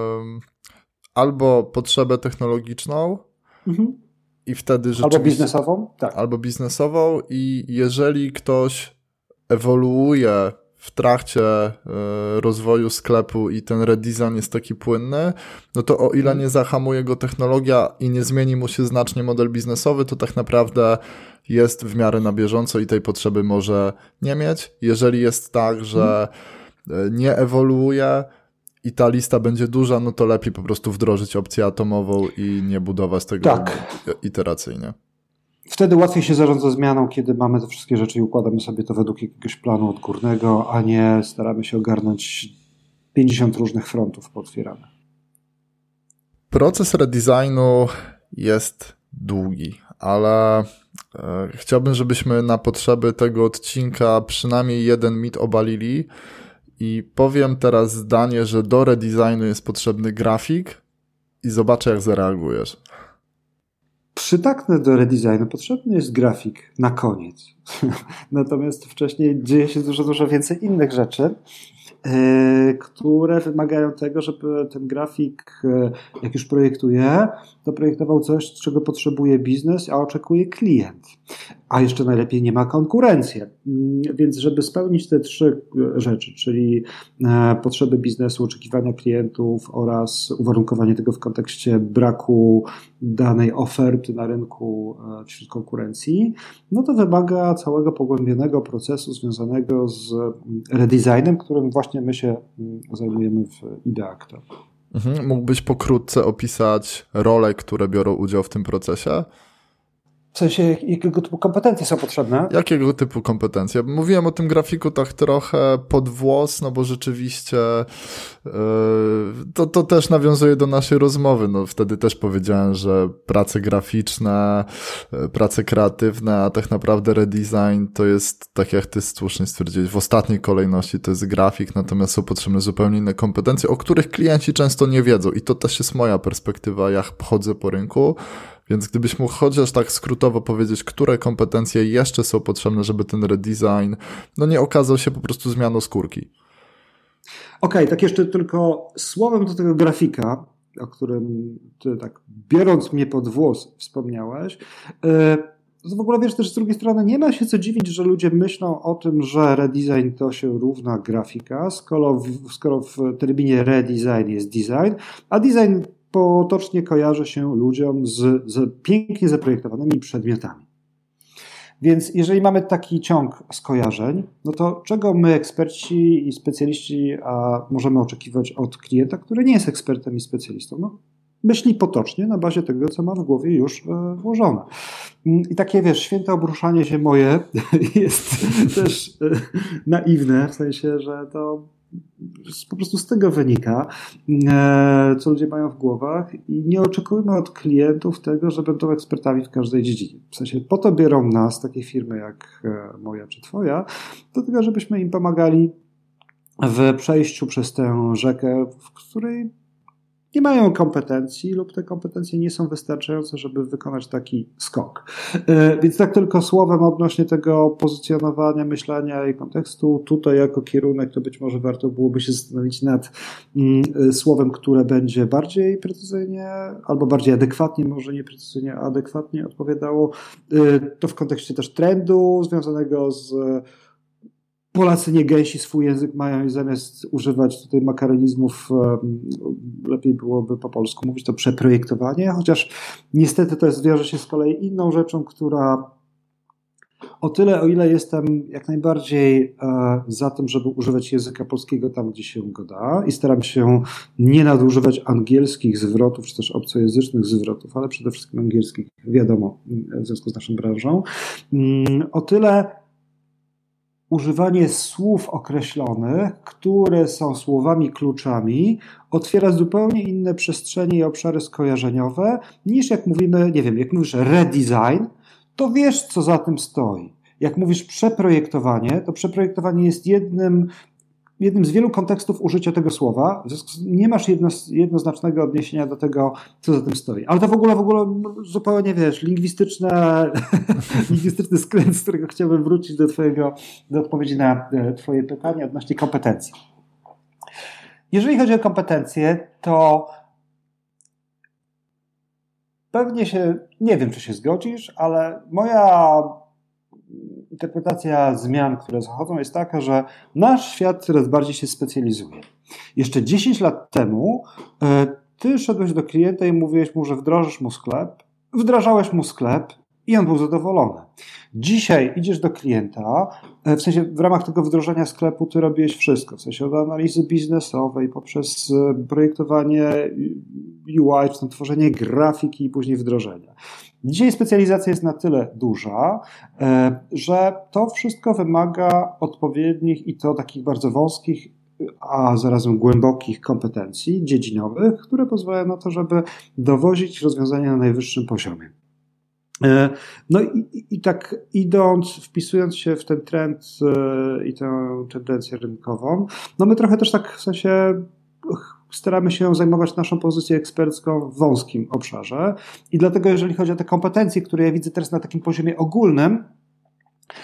albo potrzebę technologiczną mhm. i wtedy rzeczywiście... Albo biznesową? Tak. Albo biznesową i jeżeli ktoś ewoluuje w trakcie rozwoju sklepu i ten redesign jest taki płynny, no to o ile nie zahamuje go technologia i nie zmieni mu się znacznie model biznesowy, to tak naprawdę jest w miarę na bieżąco i tej potrzeby może nie mieć. Jeżeli jest tak, że nie ewoluuje i ta lista będzie duża, no to lepiej po prostu wdrożyć opcję atomową i nie budować tego tak. iteracyjnie. Wtedy łatwiej się zarządza zmianą, kiedy mamy te wszystkie rzeczy i układamy sobie to według jakiegoś planu odgórnego, a nie staramy się ogarnąć pięćdziesiąt różnych frontów pootwieranych. Proces redesignu jest długi, ale e, chciałbym, żebyśmy na potrzeby tego odcinka przynajmniej jeden mit obalili i powiem teraz zdanie, że do redesignu jest potrzebny grafik i zobaczę, jak zareagujesz. Przytaknę do redesignu, potrzebny jest grafik na koniec. Natomiast wcześniej dzieje się dużo, dużo więcej innych rzeczy które wymagają tego, żeby ten grafik, jak już projektuje, to projektował coś, czego potrzebuje biznes, a oczekuje klient. A jeszcze najlepiej nie ma konkurencji. Więc żeby spełnić te trzy rzeczy, czyli potrzeby biznesu, oczekiwania klientów oraz uwarunkowanie tego w kontekście braku danej oferty na rynku wśród konkurencji, no to wymaga całego pogłębionego procesu związanego z redesignem, którym właśnie my się zajmujemy w Ideactor. Mhm. Mógłbyś pokrótce opisać role, które biorą udział w tym procesie? W sensie, jakiego typu kompetencje są potrzebne? Jakiego typu kompetencje? Mówiłem o tym grafiku tak trochę pod włos, no bo rzeczywiście yy, to, to też nawiązuje do naszej rozmowy. No wtedy też powiedziałem, że prace graficzne, yy, prace kreatywne, a tak naprawdę redesign to jest, tak jak ty słusznie stwierdziłeś, w ostatniej kolejności to jest grafik, natomiast są potrzebne zupełnie inne kompetencje, o których klienci często nie wiedzą i to też jest moja perspektywa, jak chodzę po rynku. Więc gdybyś mógł chociaż tak skrótowo powiedzieć, które kompetencje jeszcze są potrzebne, żeby ten redesign no nie okazał się po prostu zmianą skórki. Okej, okay, tak jeszcze tylko słowem do tego grafika, o którym ty tak biorąc mnie pod włos wspomniałeś, to w ogóle wiesz też z drugiej strony nie ma się co dziwić, że ludzie myślą o tym, że redesign to się równa grafika, skoro w, skoro w terminie redesign jest design, a design potocznie kojarzy się ludziom z, z pięknie zaprojektowanymi przedmiotami. Więc jeżeli mamy taki ciąg skojarzeń, no to czego my, eksperci i specjaliści, a możemy oczekiwać od klienta, który nie jest ekspertem i specjalistą? No, myśli potocznie na bazie tego, co ma w głowie już e, włożone. I takie, wiesz, święte obruszanie się moje jest też e, naiwne, w sensie, że to po prostu z tego wynika, co ludzie mają w głowach i nie oczekujmy od klientów tego, że będą ekspertami w każdej dziedzinie. W sensie po to biorą nas, takie firmy jak moja czy twoja, do tego, żebyśmy im pomagali w przejściu przez tę rzekę, w której nie mają kompetencji lub te kompetencje nie są wystarczające, żeby wykonać taki skok. Więc tak tylko słowem odnośnie tego pozycjonowania, myślenia i kontekstu, tutaj jako kierunek to być może warto byłoby się zastanowić nad słowem, które będzie bardziej precyzyjnie albo bardziej adekwatnie, może nie precyzyjnie, a adekwatnie odpowiadało. To w kontekście też trendu związanego z Polacy nie gęsi swój język mają i zamiast używać tutaj makaronizmów lepiej byłoby po polsku mówić to przeprojektowanie, chociaż niestety to jest, wiąże się z kolei inną rzeczą, która o tyle, o ile jestem jak najbardziej za tym, żeby używać języka polskiego tam, gdzie się go da i staram się nie nadużywać angielskich zwrotów, czy też obcojęzycznych zwrotów, ale przede wszystkim angielskich, wiadomo, w związku z naszą branżą, o tyle używanie słów określonych, które są słowami kluczami, otwiera zupełnie inne przestrzenie i obszary skojarzeniowe niż jak mówimy, nie wiem, jak mówisz redesign, to wiesz, co za tym stoi. Jak mówisz przeprojektowanie, to przeprojektowanie jest jednym, jednym z wielu kontekstów użycia tego słowa. Nie masz jedno, jednoznacznego odniesienia do tego, co za tym stoi. Ale to w ogóle, w ogóle zupełnie, wiesz, lingwistyczne, lingwistyczny skręt, z którego chciałbym wrócić do twojego, do odpowiedzi na twoje pytanie odnośnie kompetencji. Jeżeli chodzi o kompetencje, to pewnie się, nie wiem, czy się zgodzisz, ale moja interpretacja zmian, które zachodzą, jest taka, że nasz świat coraz bardziej się specjalizuje. Jeszcze dziesięć lat temu ty szedłeś do klienta i mówiłeś mu, że wdrożysz mu sklep, wdrażałeś mu sklep i on był zadowolony. Dzisiaj idziesz do klienta, w sensie w ramach tego wdrożenia sklepu ty robiłeś wszystko, w sensie od analizy biznesowej, poprzez projektowanie U I, czy tam tworzenie grafiki i później wdrożenia. Dzisiaj specjalizacja jest na tyle duża, że to wszystko wymaga odpowiednich i to takich bardzo wąskich, a zarazem głębokich kompetencji dziedzinowych, które pozwalają na to, żeby dowozić rozwiązania na najwyższym poziomie. No i, i tak idąc, wpisując się w ten trend i tę tendencję rynkową, no my trochę też tak w sensie staramy się zajmować naszą pozycję ekspercką w wąskim obszarze i dlatego jeżeli chodzi o te kompetencje, które ja widzę teraz na takim poziomie ogólnym,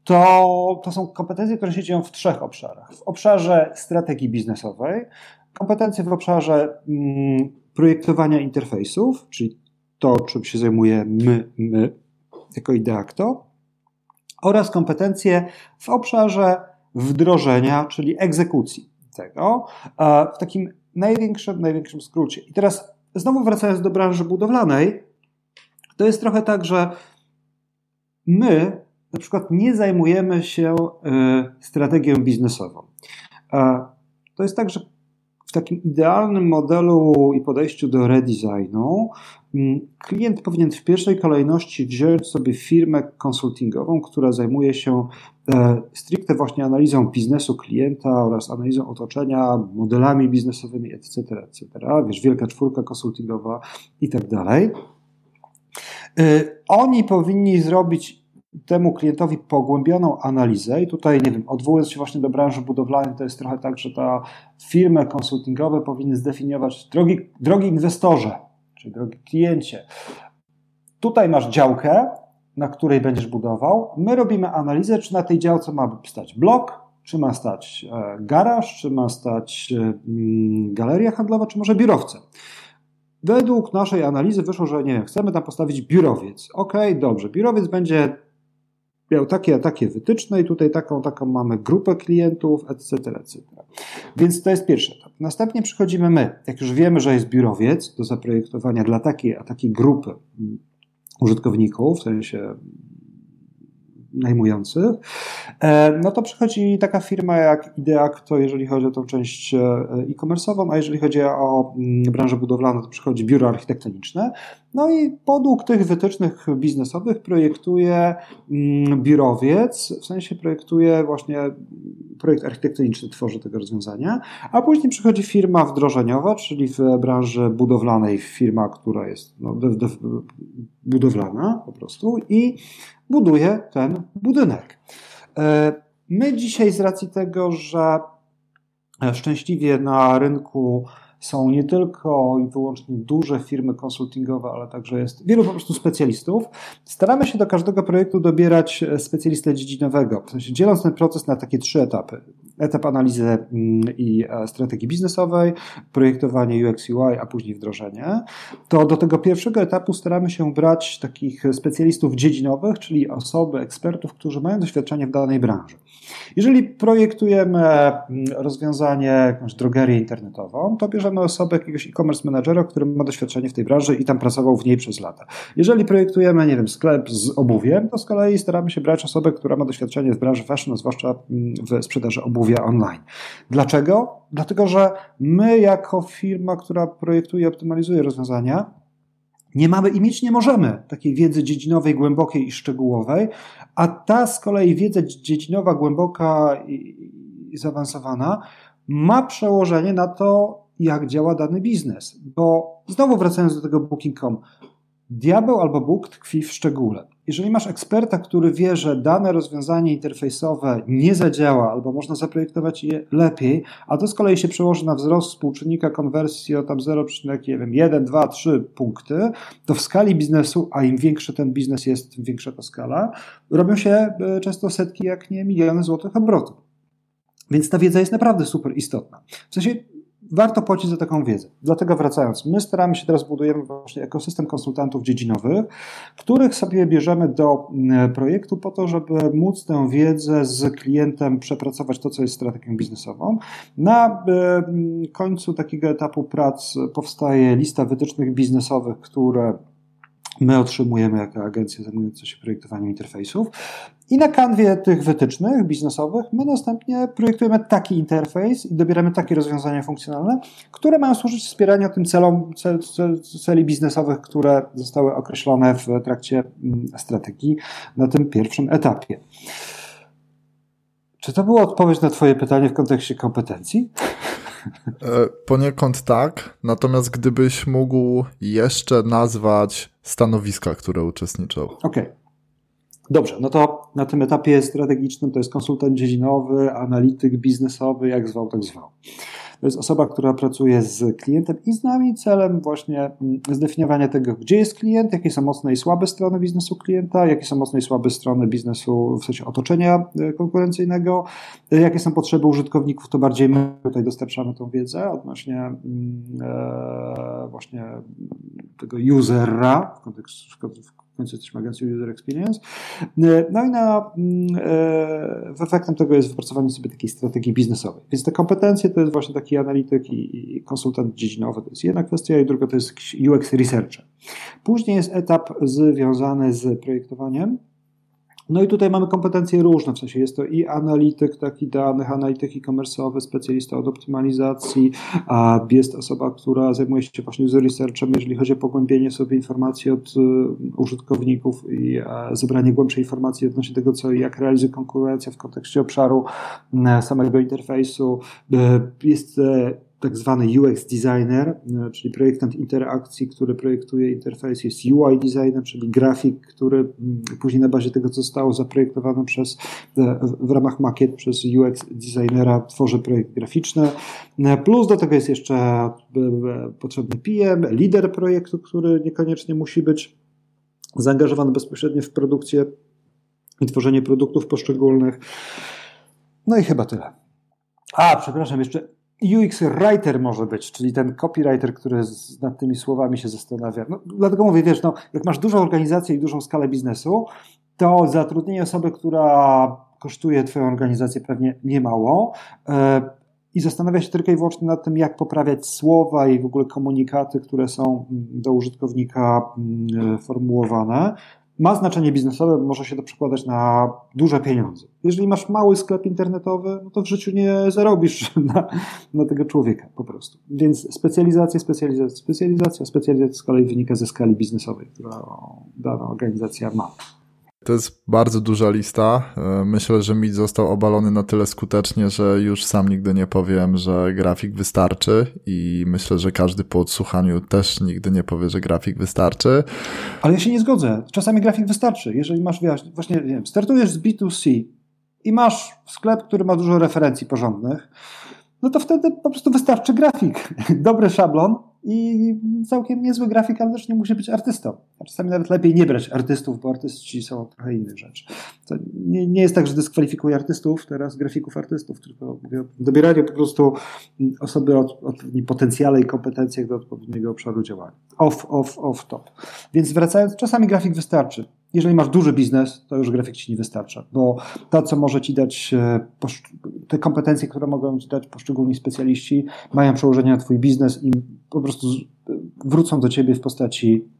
to, to są kompetencje, które się dzieją w trzech obszarach. W obszarze strategii biznesowej, kompetencje w obszarze mm, projektowania interfejsów, czyli to, czym się zajmujemy my jako Ideacto, oraz kompetencje w obszarze wdrożenia, czyli egzekucji tego, w takim największym, największym skrócie. I teraz znowu wracając do branży budowlanej, to jest trochę tak, że my na przykład nie zajmujemy się strategią biznesową. To jest tak, że w takim idealnym modelu i podejściu do redesignu klient powinien w pierwszej kolejności wziąć sobie firmę konsultingową, która zajmuje się stricte właśnie analizą biznesu klienta oraz analizą otoczenia, modelami biznesowymi, et cetera, et cetera. Wiesz, wielka czwórka konsultingowa i tak dalej. Oni powinni zrobić temu klientowi pogłębioną analizę i tutaj, nie wiem, odwołując się właśnie do branży budowlanej, to jest trochę tak, że ta firmy konsultingowe powinny zdefiniować, drogi, drogi inwestorze, czyli drogi kliencie, tutaj masz działkę, na której będziesz budował, my robimy analizę, czy na tej działce ma stać blok, czy ma stać garaż, czy ma stać galeria handlowa, czy może biurowce. Według naszej analizy wyszło, że nie wiem, chcemy tam postawić biurowiec. Okej, okay, dobrze, biurowiec będzie miał takie a takie wytyczne i tutaj taką, taką mamy grupę klientów, et cetera, et cetera. Więc to jest pierwszy etap. Następnie przychodzimy my, jak już wiemy, że jest biurowiec do zaprojektowania dla takiej a takiej grupy użytkowników, w sensie najmujących, no to przychodzi taka firma jak Ideacto, jeżeli chodzi o tą część e-commerce'ową, a jeżeli chodzi o branżę budowlaną, to przychodzi biuro architektoniczne. No i podług tych wytycznych biznesowych projektuje biurowiec, w sensie projektuje właśnie projekt architektoniczny, tworzy tego rozwiązania, a później przychodzi firma wdrożeniowa, czyli w branży budowlanej firma, która jest no, de, de, budowlana po prostu i buduje ten budynek. My dzisiaj z racji tego, że szczęśliwie na rynku są nie tylko i wyłącznie duże firmy konsultingowe, ale także jest wielu po prostu specjalistów, staramy się do każdego projektu dobierać specjalistę dziedzinowego, w sensie dzieląc ten proces na takie trzy etapy. Etap analizy i strategii biznesowej, projektowanie U X U I, a później wdrożenie. To do tego pierwszego etapu staramy się brać takich specjalistów dziedzinowych, czyli osoby, ekspertów, którzy mają doświadczenie w danej branży. Jeżeli projektujemy rozwiązanie, jakąś drogerię internetową, to bierzemy osobę, jakiegoś e-commerce managera, który ma doświadczenie w tej branży i tam pracował w niej przez lata. Jeżeli projektujemy, nie wiem, sklep z obuwiem, to z kolei staramy się brać osobę, która ma doświadczenie w branży fashion, zwłaszcza w sprzedaży obuwia online. Dlaczego? Dlatego, że my jako firma, która projektuje i optymalizuje rozwiązania, nie mamy i mieć nie możemy takiej wiedzy dziedzinowej, głębokiej i szczegółowej, a ta z kolei wiedza dziedzinowa, głęboka i zaawansowana ma przełożenie na to, jak działa dany biznes. Bo znowu wracając do tego booking kropka com, diabeł albo Bóg tkwi w szczególe. Jeżeli masz eksperta, który wie, że dane rozwiązanie interfejsowe nie zadziała albo można zaprojektować je lepiej, a to z kolei się przełoży na wzrost współczynnika konwersji o tam zero przecinek jeden, dwa, trzy punkty, to w skali biznesu, a im większy ten biznes jest, tym większa ta skala, robią się często setki, jak nie miliony złotych obrotów. Więc ta wiedza jest naprawdę super istotna. W sensie warto płacić za taką wiedzę. Dlatego wracając, my staramy się teraz, budujemy właśnie ekosystem konsultantów dziedzinowych, których sobie bierzemy do projektu po to, żeby móc tę wiedzę z klientem przepracować to, co jest strategią biznesową. Na końcu takiego etapu prac powstaje lista wytycznych biznesowych, które my otrzymujemy jako agencja zajmująca się projektowaniem interfejsów. I na kanwie tych wytycznych biznesowych my następnie projektujemy taki interfejs i dobieramy takie rozwiązania funkcjonalne, które mają służyć wspieraniu tym celom, cel, cel, celi biznesowych, które zostały określone w trakcie strategii na tym pierwszym etapie. Czy to była odpowiedź na Twoje pytanie w kontekście kompetencji? Poniekąd tak, natomiast gdybyś mógł jeszcze nazwać stanowiska, które uczestniczą. Okej. Okay. Dobrze, no to na tym etapie strategicznym to jest konsultant dziedzinowy, analityk biznesowy, jak zwał, tak zwał. To jest osoba, która pracuje z klientem i z nami celem właśnie zdefiniowania tego, gdzie jest klient, jakie są mocne i słabe strony biznesu klienta, jakie są mocne i słabe strony biznesu w sensie otoczenia konkurencyjnego, jakie są potrzeby użytkowników, to bardziej my tutaj dostarczamy tą wiedzę odnośnie e, właśnie tego usera w kontekście, w końcu jesteśmy agencją User Experience. No i na, e, efektem tego jest wypracowanie sobie takiej strategii biznesowej. Więc te kompetencje to jest właśnie taki analityk i, i konsultant dziedzinowy. To jest jedna kwestia i druga to jest U X researcher. Później jest etap związany z projektowaniem. No i tutaj mamy kompetencje różne, w sensie jest to i analityk takich danych, analityk e-commerce'owy, specjalista od optymalizacji, a jest osoba, która zajmuje się właśnie user researchem, jeżeli chodzi o pogłębienie sobie informacji od użytkowników i zebranie głębszej informacji odnośnie tego, co i jak realizuje konkurencja w kontekście obszaru samego interfejsu. Jest tak zwany U X designer, czyli projektant interakcji, który projektuje interfejs, jest U I designer, czyli grafik, który później na bazie tego, co zostało zaprojektowane przez, w ramach makiet przez U X designera tworzy projekt graficzny. Plus do tego jest jeszcze potrzebny P M, lider projektu, który niekoniecznie musi być zaangażowany bezpośrednio w produkcję i tworzenie produktów poszczególnych. No i chyba tyle. A, przepraszam, jeszcze U X writer może być, czyli ten copywriter, który z, nad tymi słowami się zastanawia. No, dlatego mówię, wiesz, no, jak masz dużą organizację i dużą skalę biznesu, to zatrudnienie osoby, która kosztuje twoją organizację pewnie niemało yy, i zastanawia się tylko i wyłącznie nad tym, jak poprawiać słowa i w ogóle komunikaty, które są do użytkownika yy, formułowane. Ma znaczenie biznesowe, może się to przekładać na duże pieniądze. Jeżeli masz mały sklep internetowy, no to w życiu nie zarobisz na, na tego człowieka po prostu. Więc specjalizacja, specjalizacja, specjalizacja, specjalizacja z kolei wynika ze skali biznesowej, którą dana organizacja ma. To jest bardzo duża lista. Myślę, że mit został obalony na tyle skutecznie, że już sam nigdy nie powiem, że grafik wystarczy i myślę, że każdy po odsłuchaniu też nigdy nie powie, że grafik wystarczy. Ale ja się nie zgodzę. Czasami grafik wystarczy. Jeżeli masz, właśnie, nie wiem, startujesz z B dwa C i masz sklep, który ma dużo referencji porządnych, no to wtedy po prostu wystarczy grafik. Dobry szablon i całkiem niezły grafik, ale też nie musi być artystą. A czasami nawet lepiej nie brać artystów, bo artyści są trochę innych rzeczy. To nie, nie jest tak, że dyskwalifikuję artystów, teraz grafików artystów, tylko mówię o dobieraniu po prostu osoby o odpowiednim potencjale i kompetencjach do odpowiedniego obszaru działania. Off, off, off, top. Więc wracając, czasami grafik wystarczy. Jeżeli masz duży biznes, to już grafik ci nie wystarcza, bo to, co może ci dać, te kompetencje, które mogą ci dać poszczególni specjaliści, mają przełożenie na twój biznes i po prostu wrócą do ciebie w postaci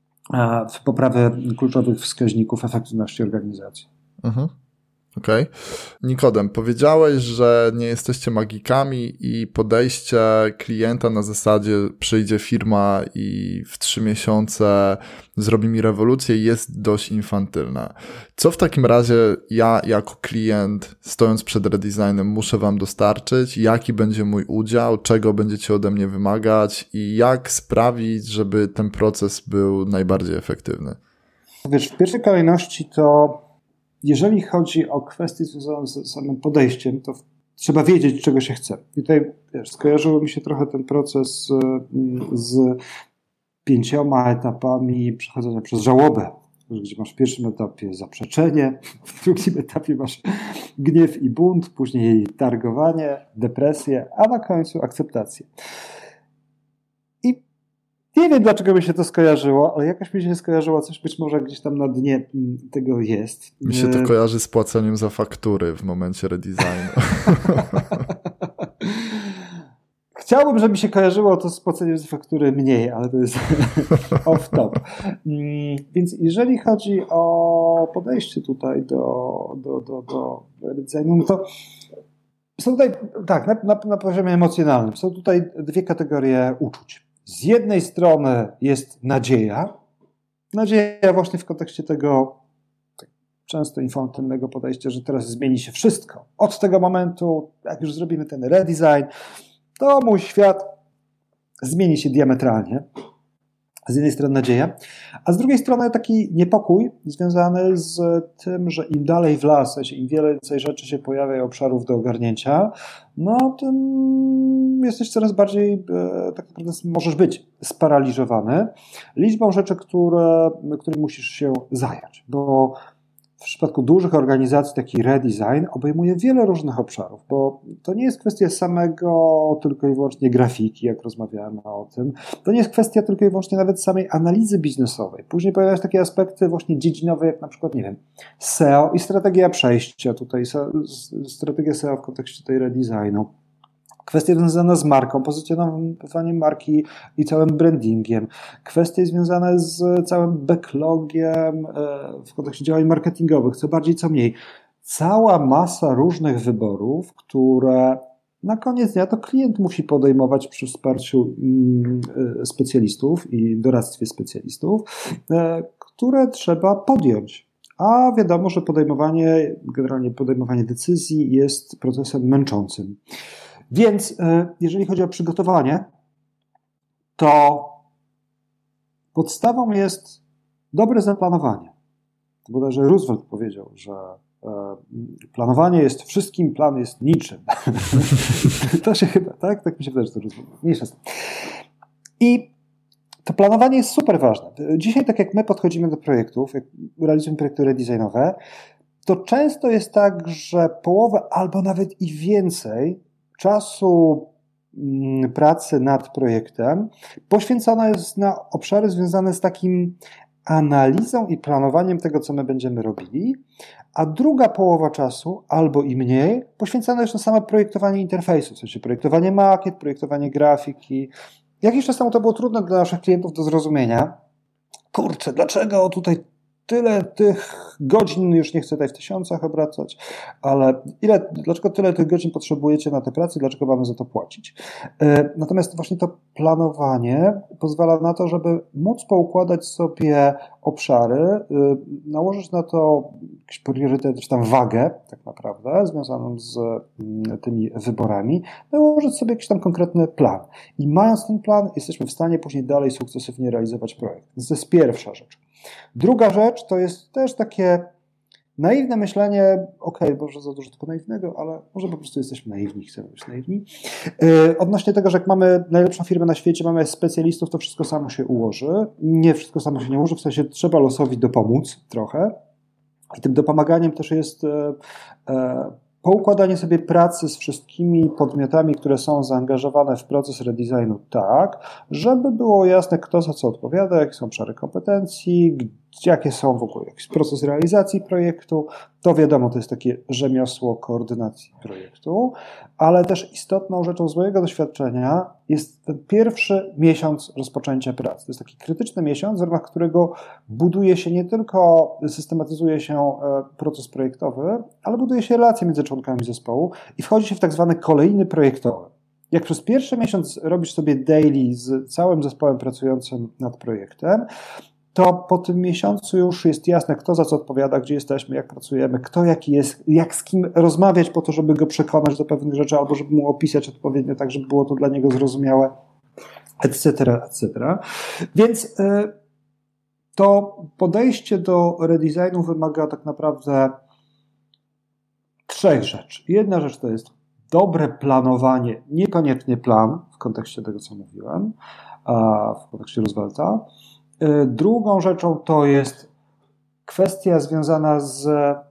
w poprawy kluczowych wskaźników efektywności organizacji. Mhm. Okej. Okay. Nikodem, powiedziałeś, że nie jesteście magikami i podejście klienta na zasadzie przyjdzie firma i w trzy miesiące zrobi mi rewolucję jest dość infantylne. Co w takim razie ja jako klient stojąc przed redesignem muszę wam dostarczyć? Jaki będzie mój udział? Czego będziecie ode mnie wymagać? I jak sprawić, żeby ten proces był najbardziej efektywny? Wiesz, w pierwszej kolejności to jeżeli chodzi o kwestie związane z samym podejściem, to trzeba wiedzieć, czego się chce. I tutaj wiesz, skojarzyło mi się trochę ten proces z, z pięcioma etapami przechodzenia przez żałobę, gdzie masz w pierwszym etapie zaprzeczenie, w drugim etapie masz gniew i bunt, później targowanie, depresję, a na końcu akceptację. Nie wiem, dlaczego mi się to skojarzyło, ale jakoś mi się skojarzyło, coś być może gdzieś tam na dnie tego jest. Mi się to kojarzy z płaceniem za faktury w momencie redesignu. Chciałbym, żeby mi się kojarzyło to z płaceniem za faktury mniej, ale to jest off top. Więc jeżeli chodzi o podejście tutaj do, do, do, do redesignu, no to są tutaj, tak, na, na, na poziomie emocjonalnym, są tutaj dwie kategorie uczuć. Z jednej strony jest nadzieja, nadzieja właśnie w kontekście tego tak często infantylnego podejścia, że teraz zmieni się wszystko. Od tego momentu, jak już zrobimy ten redesign, to mój świat zmieni się diametralnie. z jednej strony nadzieja, a z drugiej strony taki niepokój związany z tym, że im dalej w las, im więcej rzeczy się pojawia, obszarów do ogarnięcia, no tym jesteś coraz bardziej, tak naprawdę możesz być sparaliżowany liczbą rzeczy, które, które musisz się zająć, bo w przypadku dużych organizacji taki redesign obejmuje wiele różnych obszarów, bo to nie jest kwestia samego tylko i wyłącznie grafiki, jak rozmawiamy o tym. To nie jest kwestia tylko i wyłącznie nawet samej analizy biznesowej. Później pojawiają się takie aspekty właśnie dziedzinowe, jak na przykład, nie wiem, S E O i strategia przejścia, tutaj strategia S E O w kontekście tej redesignu. Kwestie związane z marką, pozycjonowaniem marki i całym brandingiem. Kwestie związane z całym backlogiem w kontekście działań marketingowych, co bardziej, co mniej. Cała masa różnych wyborów, które na koniec dnia to klient musi podejmować przy wsparciu specjalistów i doradztwie specjalistów, które trzeba podjąć. A wiadomo, że podejmowanie, generalnie podejmowanie decyzji jest procesem męczącym. Więc jeżeli chodzi o przygotowanie, to podstawą jest dobre zaplanowanie. To bodajże Roosevelt powiedział, że planowanie jest wszystkim, plan jest niczym. To się chyba, tak? Tak mi się wydaje, że to Roosevelt. Mniejsza z tym. I to planowanie jest super ważne. Dzisiaj, tak jak my podchodzimy do projektów, jak realizujemy projekty redesignowe, to często jest tak, że połowę albo nawet i więcej czasu pracy nad projektem poświęcona jest na obszary związane z takim analizą i planowaniem tego, co my będziemy robili, a druga połowa czasu, albo i mniej, poświęcona jest na samo projektowanie interfejsu, w sensie projektowanie makiet, projektowanie grafiki. Jakiś czas temu to było trudne dla naszych klientów do zrozumienia. Kurczę, dlaczego tutaj tyle tych godzin, już nie chcę tutaj w tysiącach obracać, ale ile, dlaczego tyle tych godzin potrzebujecie na tę pracę, dlaczego mamy za to płacić? Natomiast właśnie to planowanie pozwala na to, żeby móc poukładać sobie obszary, nałożyć na to jakiś priorytet, czy tam wagę tak naprawdę, związaną z tymi wyborami, nałożyć sobie jakiś tam konkretny plan. I mając ten plan, jesteśmy w stanie później dalej sukcesywnie realizować projekt. Więc to jest pierwsza rzecz. Druga rzecz to jest też takie naiwne myślenie, okej, okay, może za dużo tylko naiwnego, ale może po prostu jesteśmy naiwni, chcemy być naiwni. Yy, odnośnie tego, że jak mamy najlepszą firmę na świecie, mamy specjalistów, to wszystko samo się ułoży. Nie wszystko samo się nie ułoży, w sensie trzeba losowi dopomóc trochę. I tym dopomaganiem też jest e, e, poukładanie sobie pracy z wszystkimi podmiotami, które są zaangażowane w proces redesignu tak, żeby było jasne, kto za co odpowiada, jakie są obszary kompetencji, jakie są w ogóle jakiś proces realizacji projektu. To wiadomo, to jest takie rzemiosło koordynacji projektu, ale też istotną rzeczą z mojego doświadczenia jest ten pierwszy miesiąc rozpoczęcia pracy. To jest taki krytyczny miesiąc, w ramach którego buduje się nie tylko, systematyzuje się proces projektowy, ale buduje się relacje między członkami zespołu i wchodzi się w tak zwany kolejny projektowy. Jak przez pierwszy miesiąc robisz sobie daily z całym zespołem pracującym nad projektem, to po tym miesiącu już jest jasne, kto za co odpowiada, gdzie jesteśmy, jak pracujemy, kto jaki jest, jak z kim rozmawiać po to, żeby go przekonać do pewnych rzeczy, albo żeby mu opisać odpowiednio tak, żeby było to dla niego zrozumiałe, et cetera, et cetera. Więc y, to podejście do redesignu wymaga tak naprawdę trzech rzeczy. Jedna rzecz to jest dobre planowanie, niekoniecznie plan, w kontekście tego, co mówiłem, w kontekście Roosevelta. Drugą rzeczą to jest kwestia związana z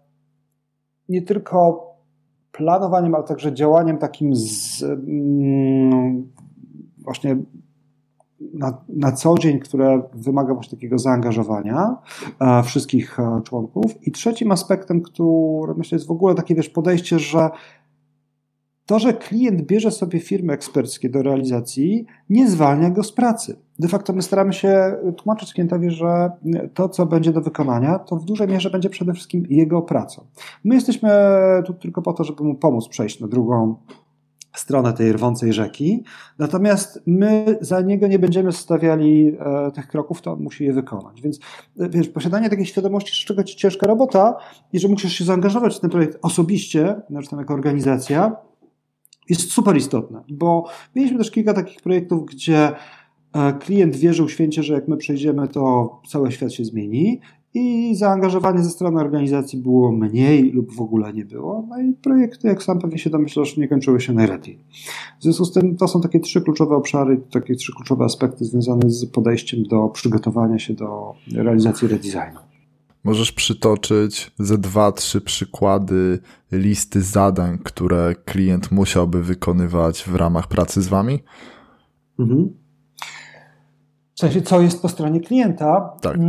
nie tylko planowaniem, ale także działaniem takim z, mm, właśnie na, na co dzień, które wymaga właśnie takiego zaangażowania e, wszystkich e, członków. I trzecim aspektem, który myślę jest w ogóle takie, wiesz, podejście, że to, że klient bierze sobie firmy eksperckie do realizacji, nie zwalnia go z pracy. De facto my staramy się tłumaczyć klientowi, że to, co będzie do wykonania, to w dużej mierze będzie przede wszystkim jego pracą. My jesteśmy tu tylko po to, żeby mu pomóc przejść na drugą stronę tej rwącej rzeki, natomiast my za niego nie będziemy stawiali e, tych kroków, to on musi je wykonać. Więc wiesz, posiadanie takiej świadomości, z czego ci ciężka robota i że musisz się zaangażować w ten projekt osobiście, znaczy tam jako organizacja, jest super istotne, bo mieliśmy też kilka takich projektów, gdzie Klient wierzył święcie, że jak my przejdziemy, to cały świat się zmieni i zaangażowanie ze strony organizacji było mniej lub w ogóle nie było. No i projekty, jak sam pewnie się domyślasz, nie kończyły się najlepiej. W związku z tym to są takie trzy kluczowe obszary, takie trzy kluczowe aspekty związane z podejściem do przygotowania się do realizacji redesignu. Możesz przytoczyć ze dwa, trzy przykłady listy zadań, które klient musiałby wykonywać w ramach pracy z wami? Mhm. W sensie, co jest po stronie klienta? Tak.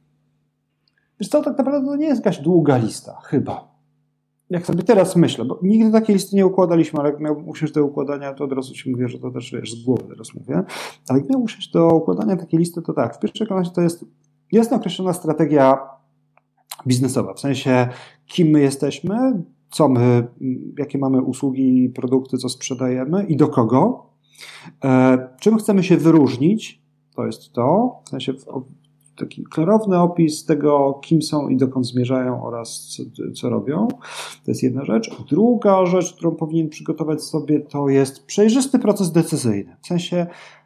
Wiesz co, tak naprawdę to nie jest jakaś długa lista, chyba. Jak sobie teraz myślę, bo nigdy takiej listy nie układaliśmy, ale jak miałbym usiąść do układania, to od razu ci mówię, że to też wiesz, z głowy teraz mówię, ale jak miałbym usiąść do układania takiej listy, to tak, w pierwszej kolejności to jest jasno określona strategia biznesowa, w sensie kim my jesteśmy, co my, jakie mamy usługi, produkty, co sprzedajemy i do kogo, e, czym chcemy się wyróżnić, to jest to, w sensie taki klarowny opis tego, kim są i dokąd zmierzają oraz co, co robią. To jest jedna rzecz. Druga rzecz, którą powinien przygotować sobie, to jest przejrzysty proces decyzyjny. W sensie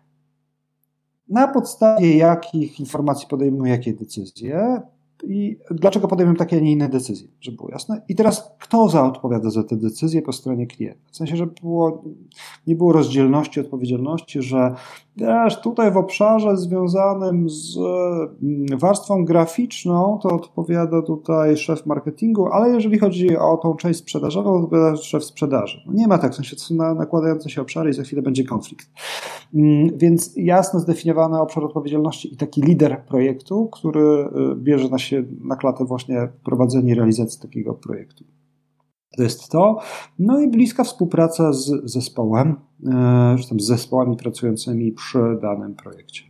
na podstawie jakich informacji podejmują jakie decyzje i dlaczego podejmują takie, a nie inne decyzje, żeby było jasne. I teraz kto zaodpowiada za te decyzje po stronie klienta? W sensie, że było, nie było rozdzielności odpowiedzialności, że wiesz, tutaj w obszarze związanym z warstwą graficzną to odpowiada tutaj szef marketingu, ale jeżeli chodzi o tą część sprzedażową, to odpowiada szef sprzedaży. No nie ma tak, w sensie to są nakładające się obszary i za chwilę będzie konflikt. Więc jasno zdefiniowany obszar odpowiedzialności i taki lider projektu, który bierze na się na klatę właśnie prowadzenie i realizacji takiego projektu. To jest to. No i bliska współpraca z zespołem, czy tam z zespołami pracującymi przy danym projekcie.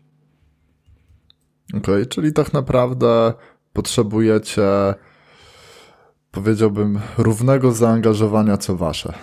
Okej, okay, czyli tak naprawdę potrzebujecie, powiedziałbym, równego zaangażowania co wasze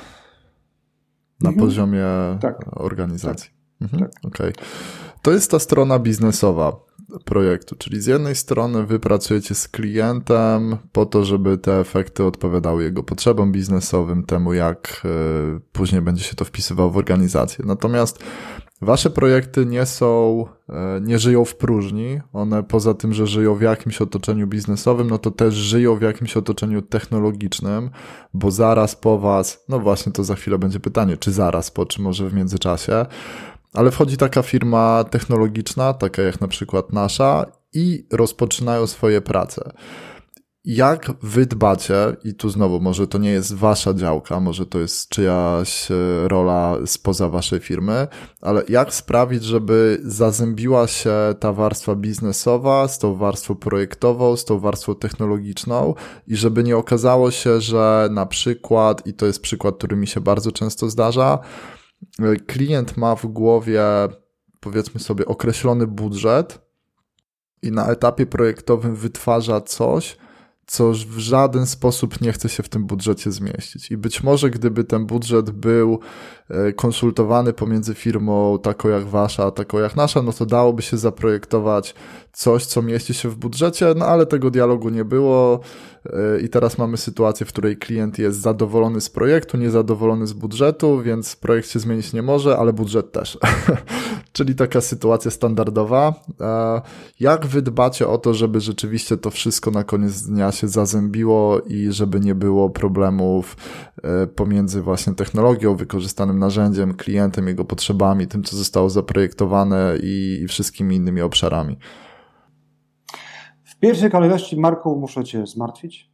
na mhm. poziomie tak. organizacji. Tak. Mhm. Tak. Okay. To jest ta strona biznesowa projektu, czyli z jednej strony wy pracujecie z klientem po to, żeby te efekty odpowiadały jego potrzebom biznesowym, temu jak y, później będzie się to wpisywało w organizację. Natomiast wasze projekty nie są, y, nie żyją w próżni. One poza tym, że żyją w jakimś otoczeniu biznesowym, no to też żyją w jakimś otoczeniu technologicznym, bo zaraz po was, no właśnie to za chwilę będzie pytanie, czy zaraz po, czy może w międzyczasie, ale wchodzi taka firma technologiczna, taka jak na przykład nasza i rozpoczynają swoje prace. Jak wy dbacie, i tu znowu może to nie jest wasza działka, może to jest czyjaś rola spoza waszej firmy, ale jak sprawić, żeby zazębiła się ta warstwa biznesowa z tą warstwą projektową, z tą warstwą technologiczną i żeby nie okazało się, że na przykład, i to jest przykład, który mi się bardzo często zdarza, klient ma w głowie, powiedzmy sobie, określony budżet i na etapie projektowym wytwarza coś, co w żaden sposób nie chce się w tym budżecie zmieścić. I być może gdyby ten budżet był konsultowany pomiędzy firmą taką jak wasza, a taką jak nasza, no to dałoby się zaprojektować coś, co mieści się w budżecie, no ale tego dialogu nie było i teraz mamy sytuację, w której klient jest zadowolony z projektu, niezadowolony z budżetu, więc projekt się zmienić nie może, ale budżet też. Czyli taka sytuacja standardowa. Jak wy dbacie o to, żeby rzeczywiście to wszystko na koniec dnia się zazębiło i żeby nie było problemów pomiędzy właśnie technologią, wykorzystanym narzędziem, klientem, jego potrzebami, tym, co zostało zaprojektowane i, i wszystkimi innymi obszarami? W pierwszej kolejności, Marku, muszę cię zmartwić.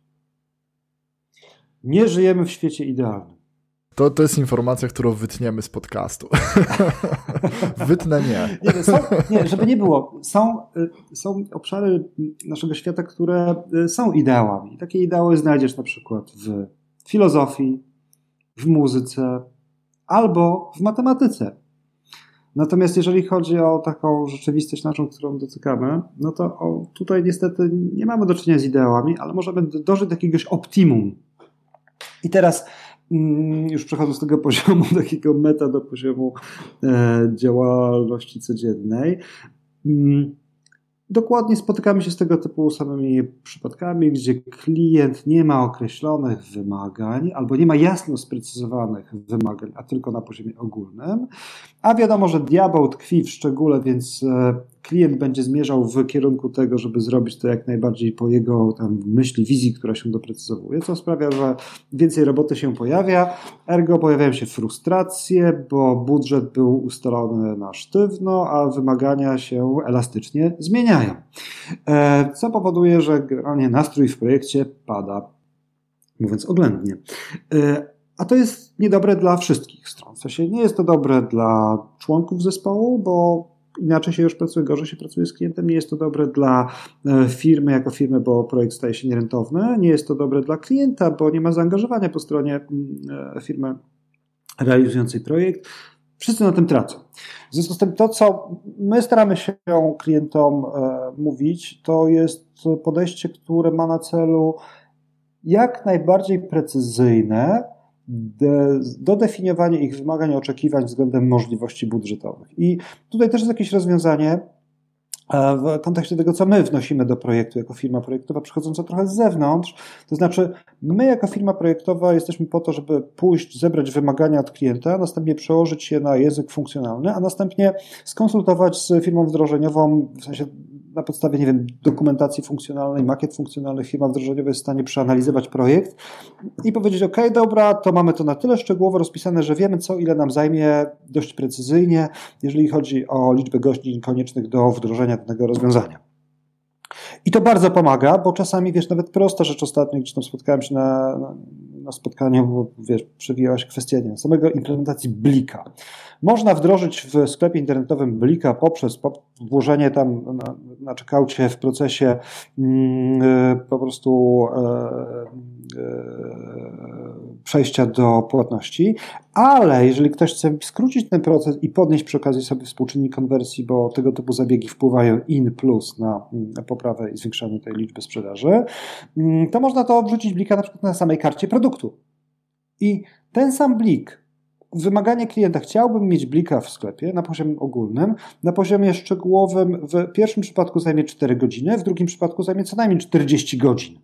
Nie żyjemy w świecie idealnym. To, to jest informacja, którą wytniemy z podcastu. Wytnę nie. Nie, są, nie, żeby nie było. Są, są obszary naszego świata, które są ideałami. I takie ideały znajdziesz na przykład w filozofii, w muzyce albo w matematyce. Natomiast jeżeli chodzi o taką rzeczywistość naszą, którą dotykamy, no to o, tutaj niestety nie mamy do czynienia z ideałami, ale możemy dążyć do jakiegoś optimum. I teraz mm, już przechodząc z tego poziomu takiego meta do poziomu e, działalności codziennej, mm, dokładnie spotykamy się z tego typu samymi przypadkami, gdzie klient nie ma określonych wymagań albo nie ma jasno sprecyzowanych wymagań, a tylko na poziomie ogólnym, a wiadomo, że diabeł tkwi w szczególe, więc klient będzie zmierzał w kierunku tego, żeby zrobić to jak najbardziej po jego tam myśli, wizji, która się doprecyzowuje, co sprawia, że więcej roboty się pojawia, ergo pojawiają się frustracje, bo budżet był ustalony na sztywno, a wymagania się elastycznie zmieniają. Co powoduje, że generalnie nastrój w projekcie pada, mówiąc oględnie. A to jest niedobre dla wszystkich stron. W sensie nie jest to dobre dla członków zespołu, bo inaczej się już pracuje, gorzej się pracuje z klientem. Nie jest to dobre dla firmy jako firmy, bo projekt staje się nierentowny. Nie jest to dobre dla klienta, bo nie ma zaangażowania po stronie firmy realizującej projekt. Wszyscy na tym tracą. W związku z tym to, co my staramy się klientom mówić, to jest podejście, które ma na celu jak najbardziej precyzyjne dodefiniowanie ich wymagań i oczekiwań względem możliwości budżetowych. I tutaj też jest jakieś rozwiązanie w kontekście tego, co my wnosimy do projektu jako firma projektowa, przychodząca trochę z zewnątrz. To znaczy, my jako firma projektowa jesteśmy po to, żeby pójść, zebrać wymagania od klienta, następnie przełożyć je na język funkcjonalny, a następnie skonsultować z firmą wdrożeniową, w sensie na podstawie, nie wiem, dokumentacji funkcjonalnej, makiet funkcjonalnych, firma wdrożeniowa jest w stanie przeanalizować projekt i powiedzieć, ok, dobra, to mamy to na tyle szczegółowo rozpisane, że wiemy, co ile nam zajmie dość precyzyjnie, jeżeli chodzi o liczbę godzin koniecznych do wdrożenia danego rozwiązania. I to bardzo pomaga, bo czasami, wiesz, nawet prosta rzecz ostatnio, gdzieś tam spotkałem się na, na, na spotkaniu, bo wiesz, przewijała się kwestia, nie wiem, samego implementacji Blika. Można wdrożyć w sklepie internetowym Blika poprzez włożenie tam na, na checkoucie w procesie yy, po prostu yy, yy, przejścia do płatności, ale jeżeli ktoś chce skrócić ten proces i podnieść przy okazji sobie współczynnik konwersji, bo tego typu zabiegi wpływają in plus na poprawę i zwiększanie tej liczby sprzedaży, to można to wrzucić Blika na przykład na samej karcie produktu. I ten sam Blik, wymaganie klienta, chciałbym mieć Blika w sklepie na poziomie ogólnym, na poziomie szczegółowym w pierwszym przypadku zajmie cztery godziny, w drugim przypadku zajmie co najmniej czterdzieści godzin.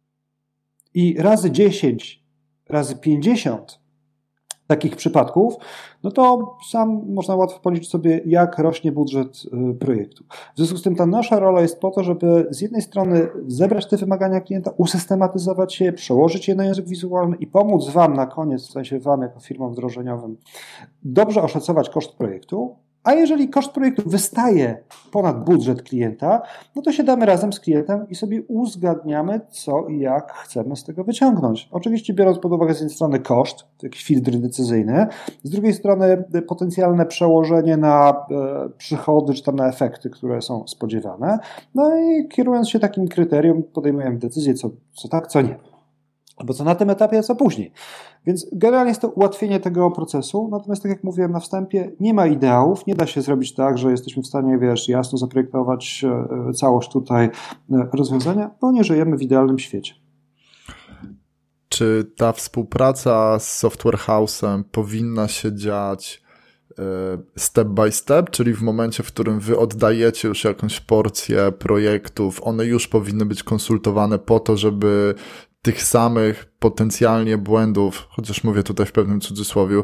I razy dziesięć, razy pięćdziesiąt takich przypadków, no to sam można łatwo policzyć sobie, jak rośnie budżet projektu. W związku z tym ta nasza rola jest po to, żeby z jednej strony zebrać te wymagania klienta, usystematyzować je, przełożyć je na język wizualny i pomóc Wam na koniec, w sensie Wam jako firmom wdrożeniowym, dobrze oszacować koszt projektu, a jeżeli koszt projektu wystaje ponad budżet klienta, no to siadamy razem z klientem i sobie uzgadniamy, co i jak chcemy z tego wyciągnąć. Oczywiście biorąc pod uwagę z jednej strony koszt, jakiś filtr decyzyjny, z drugiej strony potencjalne przełożenie na e, przychody czy tam na efekty, które są spodziewane. No i kierując się takim kryterium, podejmujemy decyzję, co, co tak, co nie. Albo co na tym etapie, a co później. Więc generalnie jest to ułatwienie tego procesu, natomiast tak jak mówiłem na wstępie, nie ma ideałów, nie da się zrobić tak, że jesteśmy w stanie, wiesz, jasno zaprojektować całość tutaj rozwiązania, bo nie żyjemy w idealnym świecie. Czy ta współpraca z Software House'em powinna się dziać step by step, czyli w momencie, w którym wy oddajecie już jakąś porcję projektów, one już powinny być konsultowane po to, żeby tych samych potencjalnie błędów, chociaż mówię tutaj w pewnym cudzysłowiu,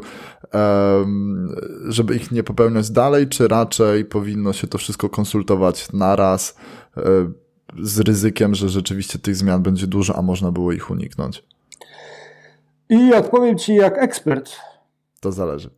żeby ich nie popełniać dalej, czy raczej powinno się to wszystko konsultować naraz z ryzykiem, że rzeczywiście tych zmian będzie dużo, a można było ich uniknąć? I odpowiem Ci jak ekspert. To zależy.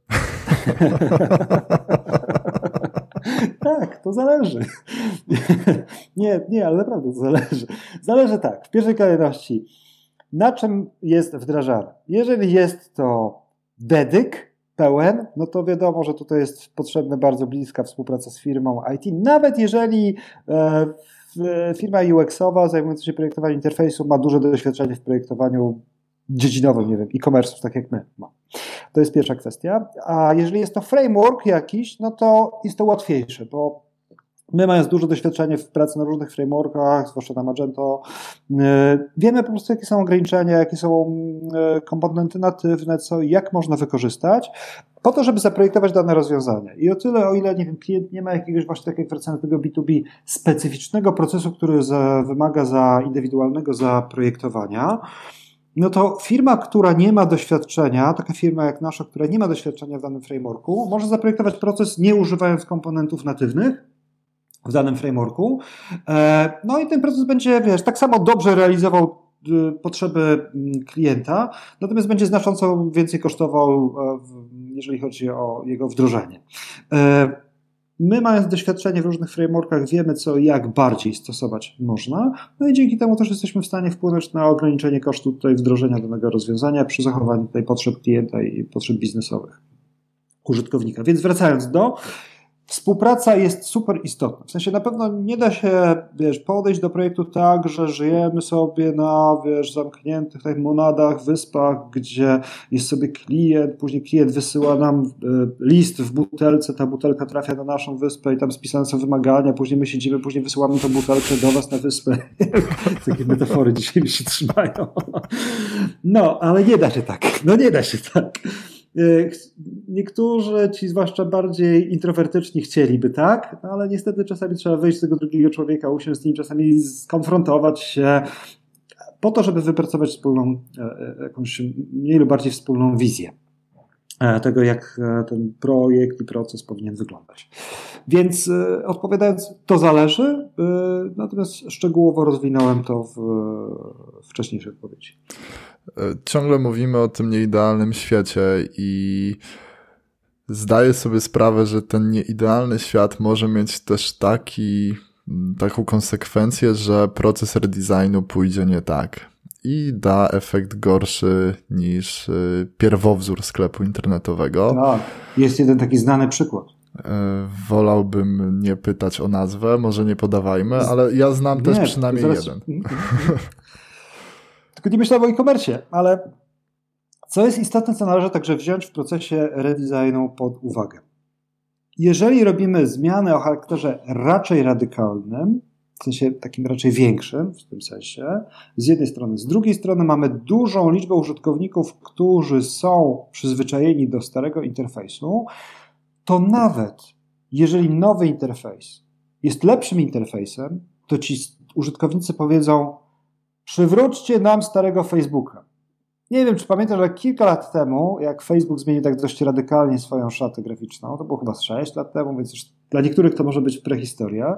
Tak, to zależy. Nie, nie, ale naprawdę to zależy. Zależy tak, w pierwszej kolejności, na czym jest wdrażane. Jeżeli jest to dedyk pełen, no to wiadomo, że tutaj jest potrzebna bardzo bliska współpraca z firmą I T. Nawet jeżeli e, firma U X-owa zajmująca się projektowaniem interfejsu ma duże doświadczenie w projektowaniu dziedzinowym, nie wiem, e-commerce, tak jak my. No. To jest pierwsza kwestia. A jeżeli jest to framework jakiś, no to jest to łatwiejsze, bo My, mając duże doświadczenie w pracy na różnych frameworkach, zwłaszcza na Magento, wiemy po prostu, jakie są ograniczenia, jakie są komponenty natywne, co i jak można wykorzystać, po to, żeby zaprojektować dane rozwiązanie. I o tyle, o ile nie wiem, klient nie ma jakiegoś właśnie, tak jak wracamy do tego B dwa B, specyficznego procesu, który za, wymaga za indywidualnego zaprojektowania, no to firma, która nie ma doświadczenia, taka firma jak nasza, która nie ma doświadczenia w danym frameworku, może zaprojektować proces nie używając komponentów natywnych w danym frameworku. No i ten proces będzie, wiesz, tak samo dobrze realizował potrzeby klienta, natomiast będzie znacząco więcej kosztował, jeżeli chodzi o jego wdrożenie. My, mając doświadczenie w różnych frameworkach, wiemy, co i jak bardziej stosować można, no i dzięki temu też jesteśmy w stanie wpłynąć na ograniczenie kosztu tutaj wdrożenia danego rozwiązania przy zachowaniu tutaj potrzeb klienta i potrzeb biznesowych użytkownika. Więc wracając do, współpraca jest super istotna. W sensie na pewno nie da się, wiesz, podejść do projektu tak, że żyjemy sobie na, wiesz, zamkniętych tak monadach, wyspach, gdzie jest sobie klient, później klient wysyła nam list w butelce, ta butelka trafia na naszą wyspę i tam spisane są wymagania, później my siedzimy, później wysyłamy tą butelkę do was na wyspę. Takie metafory dzisiaj mi się trzymają. No, ale nie da się tak. No nie da się tak. Niektórzy, ci zwłaszcza bardziej introwertyczni, chcieliby tak, no ale niestety czasami trzeba wyjść z tego drugiego człowieka, usiąść z nim, czasami skonfrontować się po to, żeby wypracować wspólną, jakąś mniej lub bardziej wspólną wizję tego, jak ten projekt i proces powinien wyglądać. Więc odpowiadając, to zależy, natomiast szczegółowo rozwinąłem to w wcześniejszej odpowiedzi. Ciągle mówimy o tym nieidealnym świecie i zdaję sobie sprawę, że ten nieidealny świat może mieć też taki, taką konsekwencję, że proces redesignu pójdzie nie tak i da efekt gorszy niż pierwowzór sklepu internetowego. Tak, jest jeden taki znany przykład. Wolałbym nie pytać o nazwę, może nie podawajmy, ale ja znam nie, też przynajmniej zaraz... jeden. Tylko nie myślałem o e-commerce, ale co jest istotne, co należy także wziąć w procesie redesignu pod uwagę. Jeżeli robimy zmiany o charakterze raczej radykalnym, w sensie takim raczej większym, w tym sensie, z jednej strony. Z drugiej strony mamy dużą liczbę użytkowników, którzy są przyzwyczajeni do starego interfejsu, to nawet jeżeli nowy interfejs jest lepszym interfejsem, to ci użytkownicy powiedzą: przywróćcie nam starego Facebooka. Nie wiem, czy pamiętasz, że kilka lat temu, jak Facebook zmienił tak dość radykalnie swoją szatę graficzną, to było chyba z sześć lat temu, więc już dla niektórych to może być prehistoria,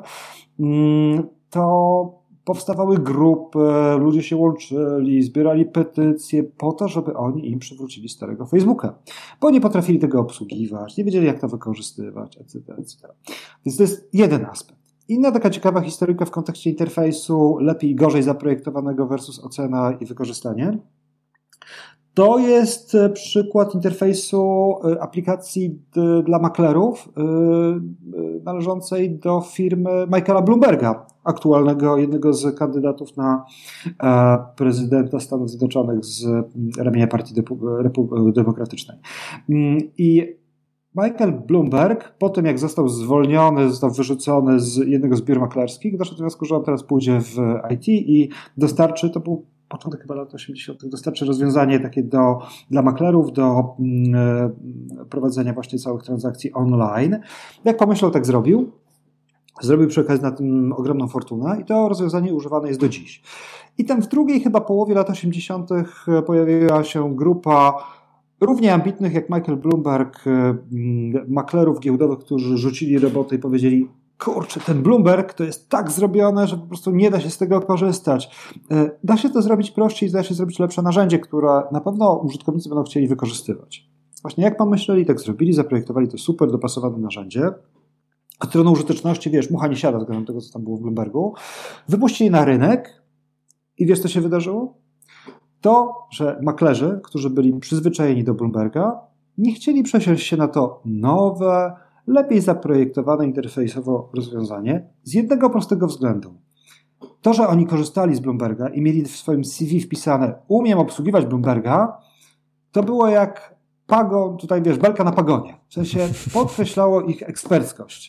to powstawały grupy, ludzie się łączyli, zbierali petycje po to, żeby oni im przywrócili starego Facebooka, bo nie potrafili tego obsługiwać, nie wiedzieli, jak to wykorzystywać, et cetera, et cetera. Więc to jest jeden aspekt. Inna taka ciekawa historyjka w kontekście interfejsu lepiej i gorzej zaprojektowanego versus ocena i wykorzystanie. To jest przykład interfejsu aplikacji dla maklerów należącej do firmy Michaela Bloomberga, aktualnego jednego z kandydatów na prezydenta Stanów Zjednoczonych z ramienia Partii Demokratycznej. I Michael Bloomberg, po tym jak został zwolniony, został wyrzucony z jednego z biur maklerskich, doszedł do wniosku, że on teraz pójdzie w I T i dostarczy, to był początek chyba lat osiemdziesiątych, dostarczy rozwiązanie takie do, dla maklerów do mm, prowadzenia właśnie całych transakcji online. Jak pomyślał, tak zrobił. Zrobił przy okazji na tym ogromną fortunę i to rozwiązanie używane jest do dziś. I tam w drugiej chyba połowie lat osiemdziesiątych pojawiła się grupa równie ambitnych jak Michael Bloomberg maklerów giełdowych, którzy rzucili roboty i powiedzieli: kurczę, ten Bloomberg to jest tak zrobione, że po prostu nie da się z tego korzystać. Da się to zrobić prościej, da się zrobić lepsze narzędzie, które na pewno użytkownicy będą chcieli wykorzystywać. Właśnie jak pomyśleli, tak zrobili, zaprojektowali to super dopasowane narzędzie, a stroną użyteczności, wiesz, mucha nie siada względem tego, co tam było w Bloombergu. Wypuścili na rynek i wiesz, co się wydarzyło? To, że maklerzy, którzy byli przyzwyczajeni do Bloomberga, nie chcieli przesiąść się na to nowe, lepiej zaprojektowane interfejsowo rozwiązanie z jednego prostego względu. To, że oni korzystali z Bloomberga i mieli w swoim C V wpisane: umiem obsługiwać Bloomberga, to było jak pagon, tutaj wiesz, belka na pagonie. W sensie podkreślało ich eksperckość.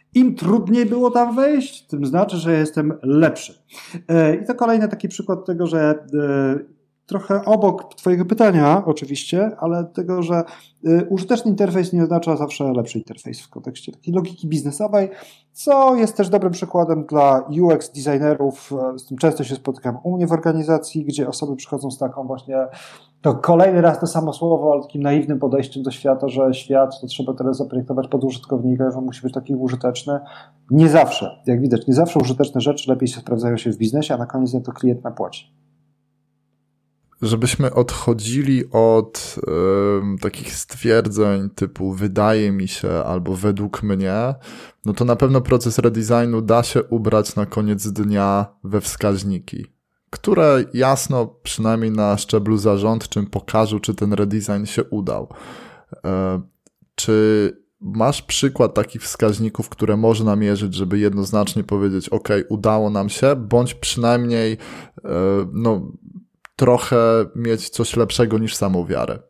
Im trudniej było tam wejść, tym znaczy, że jestem lepszy. I to kolejny taki przykład tego, że trochę obok twojego pytania oczywiście, ale tego, że użyteczny interfejs nie oznacza zawsze lepszy interfejs w kontekście takiej logiki biznesowej, co jest też dobrym przykładem dla U X designerów. Z tym często się spotykam u mnie w organizacji, gdzie osoby przychodzą z taką właśnie, to kolejny raz to samo słowo, ale takim naiwnym podejściem do świata, że świat to trzeba teraz zaprojektować pod użytkownika, że musi być taki użyteczny. Nie zawsze, jak widać, nie zawsze użyteczne rzeczy lepiej się sprawdzają się w biznesie, a na koniec za to klient napłaci. Żebyśmy odchodzili od y, takich stwierdzeń typu wydaje mi się albo według mnie, no to na pewno proces redesignu da się ubrać na koniec dnia we wskaźniki, które jasno, przynajmniej na szczeblu zarządczym, pokażą, czy ten redesign się udał. Y, czy masz przykład takich wskaźników, które można mierzyć, żeby jednoznacznie powiedzieć, ok, udało nam się, bądź przynajmniej y, no trochę mieć coś lepszego niż samą wiarę?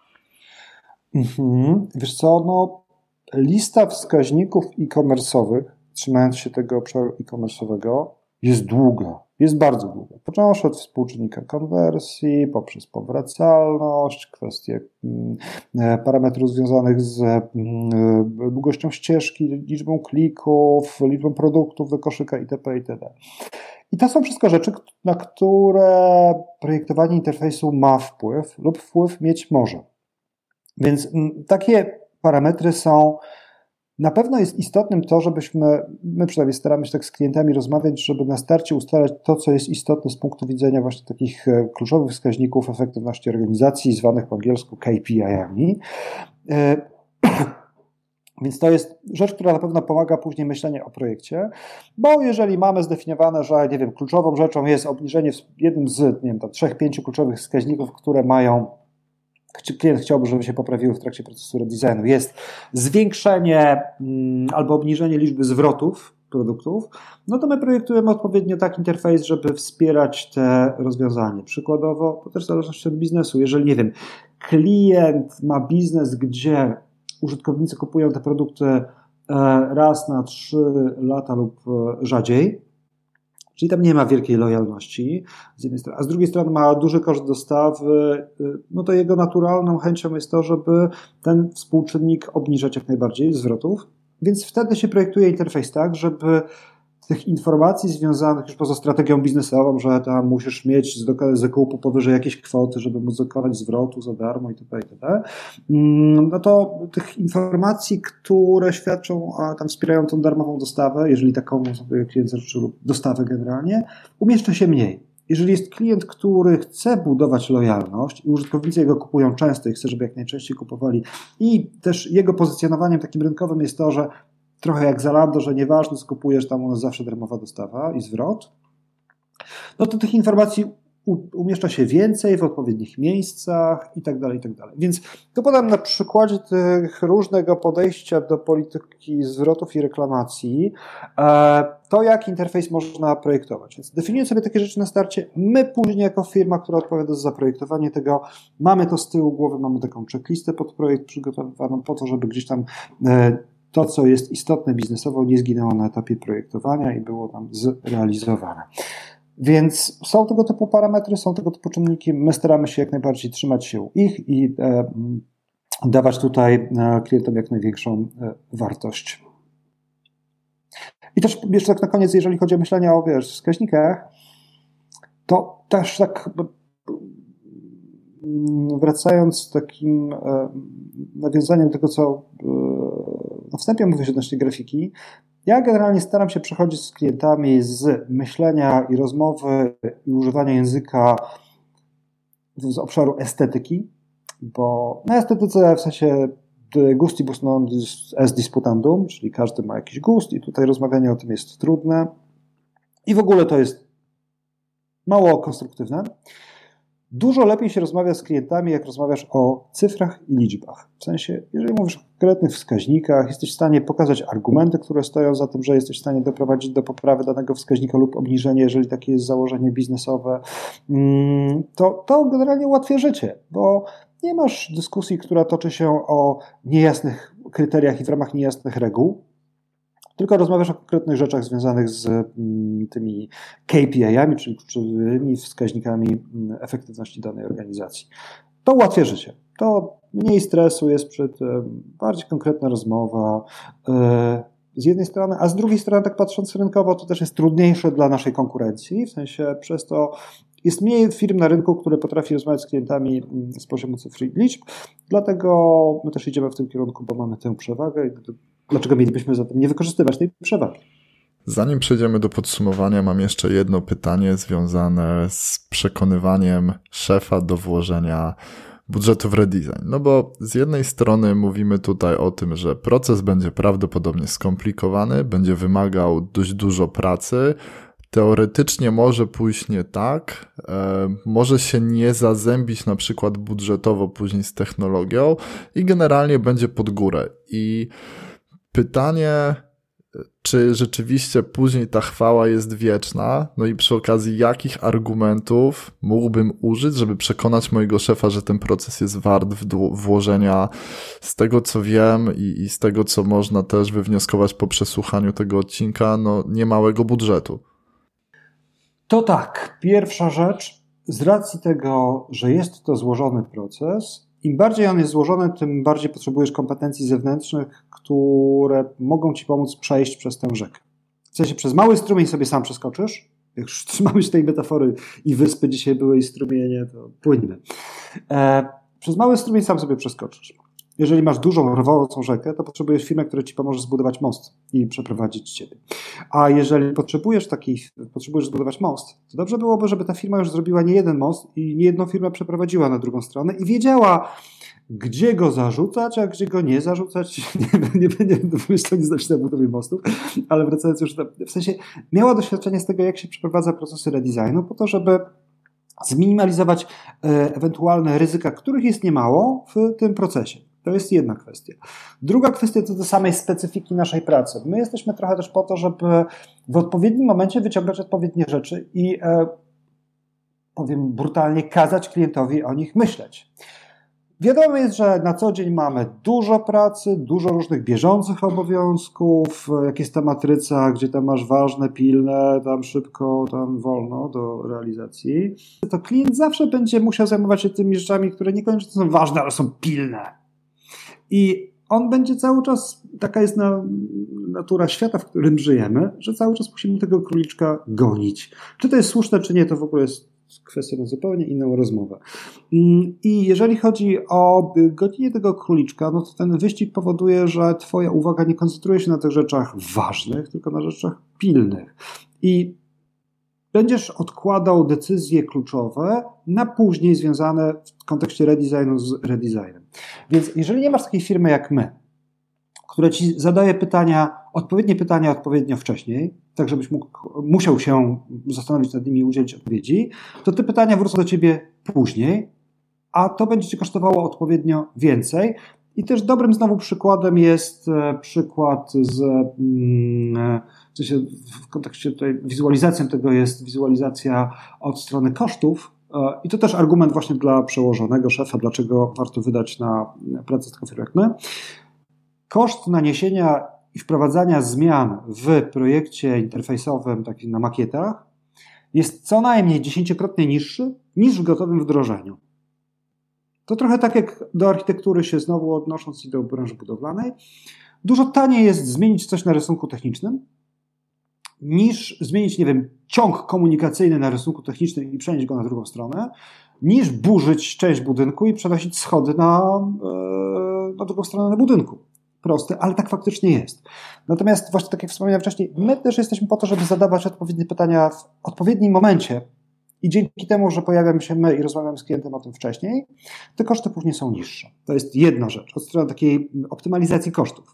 Mhm. Wiesz co, no lista wskaźników e-commerce'owych, trzymając się tego obszaru e-commerce'owego, jest długa, jest bardzo długa. Począwszy od współczynnika konwersji, poprzez powracalność, kwestie parametrów związanych z długością ścieżki, liczbą klików, liczbą produktów do koszyka itp. itd. I to są wszystko rzeczy, na które projektowanie interfejsu ma wpływ lub wpływ mieć może. Więc takie parametry są, na pewno jest istotnym to, żebyśmy, my przynajmniej staramy się tak z klientami rozmawiać, żeby na starcie ustalać to, co jest istotne z punktu widzenia właśnie takich kluczowych wskaźników efektywności organizacji, zwanych po angielsku K P I-ami. Więc to jest rzecz, która na pewno pomaga później myślenie o projekcie, bo jeżeli mamy zdefiniowane, że nie wiem, kluczową rzeczą jest obniżenie jednym z, nie wiem, tam trzech, pięciu kluczowych wskaźników, które mają, czy klient chciałby, żeby się poprawiły w trakcie procesu redesignu, jest zwiększenie mm, albo obniżenie liczby zwrotów produktów, no to my projektujemy odpowiednio tak interfejs, żeby wspierać te rozwiązanie. Przykładowo, to też w zależności od biznesu, jeżeli, nie wiem, klient ma biznes, gdzie użytkownicy kupują te produkty raz na trzy lata lub rzadziej, czyli tam nie ma wielkiej lojalności z jednej strony, a z drugiej strony ma duży koszt dostawy, no to jego naturalną chęcią jest to, żeby ten współczynnik obniżać jak najbardziej zwrotów, więc wtedy się projektuje interfejs tak, żeby tych informacji związanych już poza strategią biznesową, że tam musisz mieć z zakupu powyżej jakiejś kwoty, żeby móc dokonać zwrotu za darmo itp., itd., no to tych informacji, które świadczą, a tam wspierają tą darmową dostawę, jeżeli taką sobie klient zażyczył lub dostawę generalnie, umieszcza się mniej. Jeżeli jest klient, który chce budować lojalność i użytkownicy jego kupują często i chce, żeby jak najczęściej kupowali i też jego pozycjonowaniem takim rynkowym jest to, że trochę jak Zalando, że nieważne co kupujesz, tam u nas zawsze darmowa dostawa i zwrot, no to tych informacji umieszcza się więcej w odpowiednich miejscach i tak dalej, i tak dalej. Więc to podam na przykładzie tych różnego podejścia do polityki zwrotów i reklamacji, to jak interfejs można projektować. Więc definiując sobie takie rzeczy na starcie, my później jako firma, która odpowiada za zaprojektowanie tego, mamy to z tyłu głowy, mamy taką checklistę pod projekt przygotowaną po to, żeby gdzieś tam to, co jest istotne biznesowo, nie zginęło na etapie projektowania i było tam zrealizowane. Więc są tego typu parametry, są tego typu czynniki. My staramy się jak najbardziej trzymać się ich i e, dawać tutaj e, klientom jak największą e, wartość. I też jeszcze tak na koniec, jeżeli chodzi o myślenie o wiesz, wskaźnikach, to też tak wracając z takim e, nawiązaniem do tego, co e, na wstępie mówiłeś odnośnie grafiki, ja generalnie staram się przechodzić z klientami z myślenia i rozmowy i używania języka z obszaru estetyki, bo na estetyce w sensie de gustibus non est disputandum, czyli każdy ma jakiś gust i tutaj rozmawianie o tym jest trudne i w ogóle to jest mało konstruktywne. Dużo lepiej się rozmawia z klientami, jak rozmawiasz o cyfrach i liczbach. W sensie, jeżeli mówisz o konkretnych wskaźnikach, jesteś w stanie pokazać argumenty, które stoją za tym, że jesteś w stanie doprowadzić do poprawy danego wskaźnika lub obniżenia, jeżeli takie jest założenie biznesowe, to, to generalnie ułatwia życie, bo nie masz dyskusji, która toczy się o niejasnych kryteriach i w ramach niejasnych reguł, tylko rozmawiasz o konkretnych rzeczach związanych z mm, tymi K P I-ami, czyli kluczowymi wskaźnikami efektywności danej organizacji. To ułatwia życie. To mniej stresu jest przy tym, bardziej konkretna rozmowa z jednej strony, a z drugiej strony, tak patrząc rynkowo, to też jest trudniejsze dla naszej konkurencji, w sensie przez to jest mniej firm na rynku, które potrafi rozmawiać z klientami z poziomu cyfry i liczb, dlatego my też idziemy w tym kierunku, bo mamy tę przewagę i dlaczego mielibyśmy zatem nie wykorzystywać tej przewagi? Zanim przejdziemy do podsumowania, mam jeszcze jedno pytanie związane z przekonywaniem szefa do włożenia budżetu w redesign. No bo z jednej strony mówimy tutaj o tym, że proces będzie prawdopodobnie skomplikowany, będzie wymagał dość dużo pracy, teoretycznie może pójść nie tak, e, może się nie zazębić na przykład budżetowo później z technologią i generalnie będzie pod górę. I pytanie, czy rzeczywiście później ta chwała jest wieczna, no i przy okazji jakich argumentów mógłbym użyć, żeby przekonać mojego szefa, że ten proces jest wart włożenia z tego, co wiem i, i z tego, co można też wywnioskować po przesłuchaniu tego odcinka, no niemałego budżetu. To tak, pierwsza rzecz, z racji tego, że jest to złożony proces, im bardziej on jest złożony, tym bardziej potrzebujesz kompetencji zewnętrznych, które mogą ci pomóc przejść przez tę rzekę. W sensie przez mały strumień sobie sam przeskoczysz, jak już trzymamy się tej metafory i wyspy dzisiaj były i strumienie, to płyńmy. E, przez mały strumień sam sobie przeskoczysz. Jeżeli masz dużą, rwącą rzekę, to potrzebujesz firmę, która ci pomoże zbudować most i przeprowadzić ciebie. A jeżeli potrzebujesz takiej, potrzebujesz zbudować most, to dobrze byłoby, żeby ta firma już zrobiła nie jeden most i nie jedną firmę przeprowadziła na drugą stronę i wiedziała, gdzie go zarzucać, a gdzie go nie zarzucać. Nie, nie, nie, myślę, nie znam się na budowie mostów, ale wracając już, w sensie miała doświadczenie z tego, jak się przeprowadza procesy redesignu, po to, żeby zminimalizować e, ewentualne ryzyka, których jest niemało w tym procesie. To jest jedna kwestia. Druga kwestia to do samej specyfiki naszej pracy. My jesteśmy trochę też po to, żeby w odpowiednim momencie wyciągać odpowiednie rzeczy i e, powiem brutalnie, kazać klientowi o nich myśleć. Wiadomo jest, że na co dzień mamy dużo pracy, dużo różnych bieżących obowiązków, jak jest ta matryca, gdzie tam masz ważne, pilne, tam szybko, tam wolno do realizacji. To klient zawsze będzie musiał zajmować się tymi rzeczami, które niekoniecznie są ważne, ale są pilne. I on będzie cały czas, taka jest na, natura świata, w którym żyjemy, że cały czas musimy tego króliczka gonić. Czy to jest słuszne, czy nie, to w ogóle jest kwestia na zupełnie inną rozmowę. I jeżeli chodzi o gonienie tego króliczka, no to ten wyścig powoduje, że twoja uwaga nie koncentruje się na tych rzeczach ważnych, tylko na rzeczach pilnych. I będziesz odkładał decyzje kluczowe na później związane w kontekście redesignu z redesignem. Więc jeżeli nie masz takiej firmy jak my, która ci zadaje pytania, odpowiednie pytania odpowiednio wcześniej, tak żebyś mógł, musiał się zastanowić nad nimi i udzielić odpowiedzi, to te pytania wrócą do ciebie później, a to będzie cię kosztowało odpowiednio więcej. I też dobrym znowu przykładem jest przykład z, w sensie w kontekście tutaj wizualizacją tego jest wizualizacja od strony kosztów. I to też argument właśnie dla przełożonego szefa, dlaczego warto wydać na pracę z taką firmą jak my. Koszt naniesienia i wprowadzania zmian w projekcie interfejsowym, takim na makietach, jest co najmniej dziesięciokrotnie niższy niż w gotowym wdrożeniu. To trochę tak jak do architektury się znowu odnosząc i do branży budowlanej. Dużo taniej jest zmienić coś na rysunku technicznym, niż zmienić, nie wiem, ciąg komunikacyjny na rysunku technicznym i przenieść go na drugą stronę, niż burzyć część budynku i przenosić schody na, na drugą stronę budynku. Proste, ale tak faktycznie jest. Natomiast właśnie tak jak wspomniałem wcześniej, my też jesteśmy po to, żeby zadawać odpowiednie pytania w odpowiednim momencie i dzięki temu, że pojawiamy się my i rozmawiamy z klientem o tym wcześniej, te koszty później są niższe. To jest jedna rzecz, od strony takiej optymalizacji kosztów.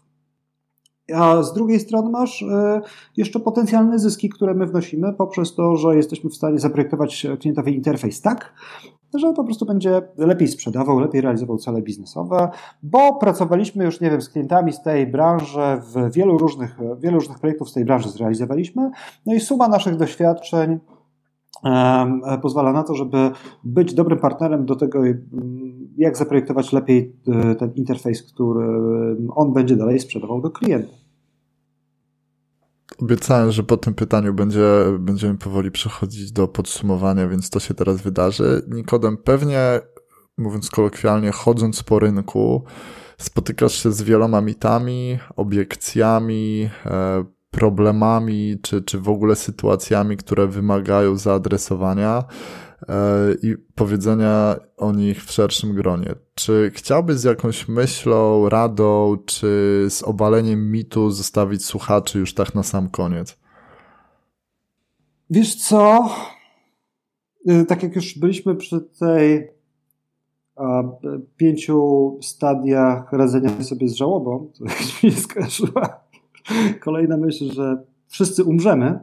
A z drugiej strony masz jeszcze potencjalne zyski, które my wnosimy poprzez to, że jesteśmy w stanie zaprojektować klientowi interfejs tak, że po prostu będzie lepiej sprzedawał, lepiej realizował cele biznesowe, bo pracowaliśmy już, nie wiem, z klientami z tej branży, w wielu różnych, wielu różnych projektów z tej branży zrealizowaliśmy, no i suma naszych doświadczeń um, pozwala na to, żeby być dobrym partnerem do tego, jak zaprojektować lepiej ten interfejs, który on będzie dalej sprzedawał do klienta. obiecałem, że po tym pytaniu będzie, będziemy powoli przechodzić do podsumowania, więc to się teraz wydarzy. Nikodem, pewnie, mówiąc kolokwialnie, chodząc po rynku, spotykasz się z wieloma mitami, obiekcjami, e, problemami, czy, czy w ogóle sytuacjami, które wymagają zaadresowania i powiedzenia o nich w szerszym gronie. Czy chciałbyś z jakąś myślą, radą, czy z obaleniem mitu zostawić słuchaczy już tak na sam koniec? Wiesz co? Tak jak już byliśmy przy tej a, pięciu stadiach radzenia sobie z żałobą, to już mi skojarzyła kolejna myśl, że wszyscy umrzemy.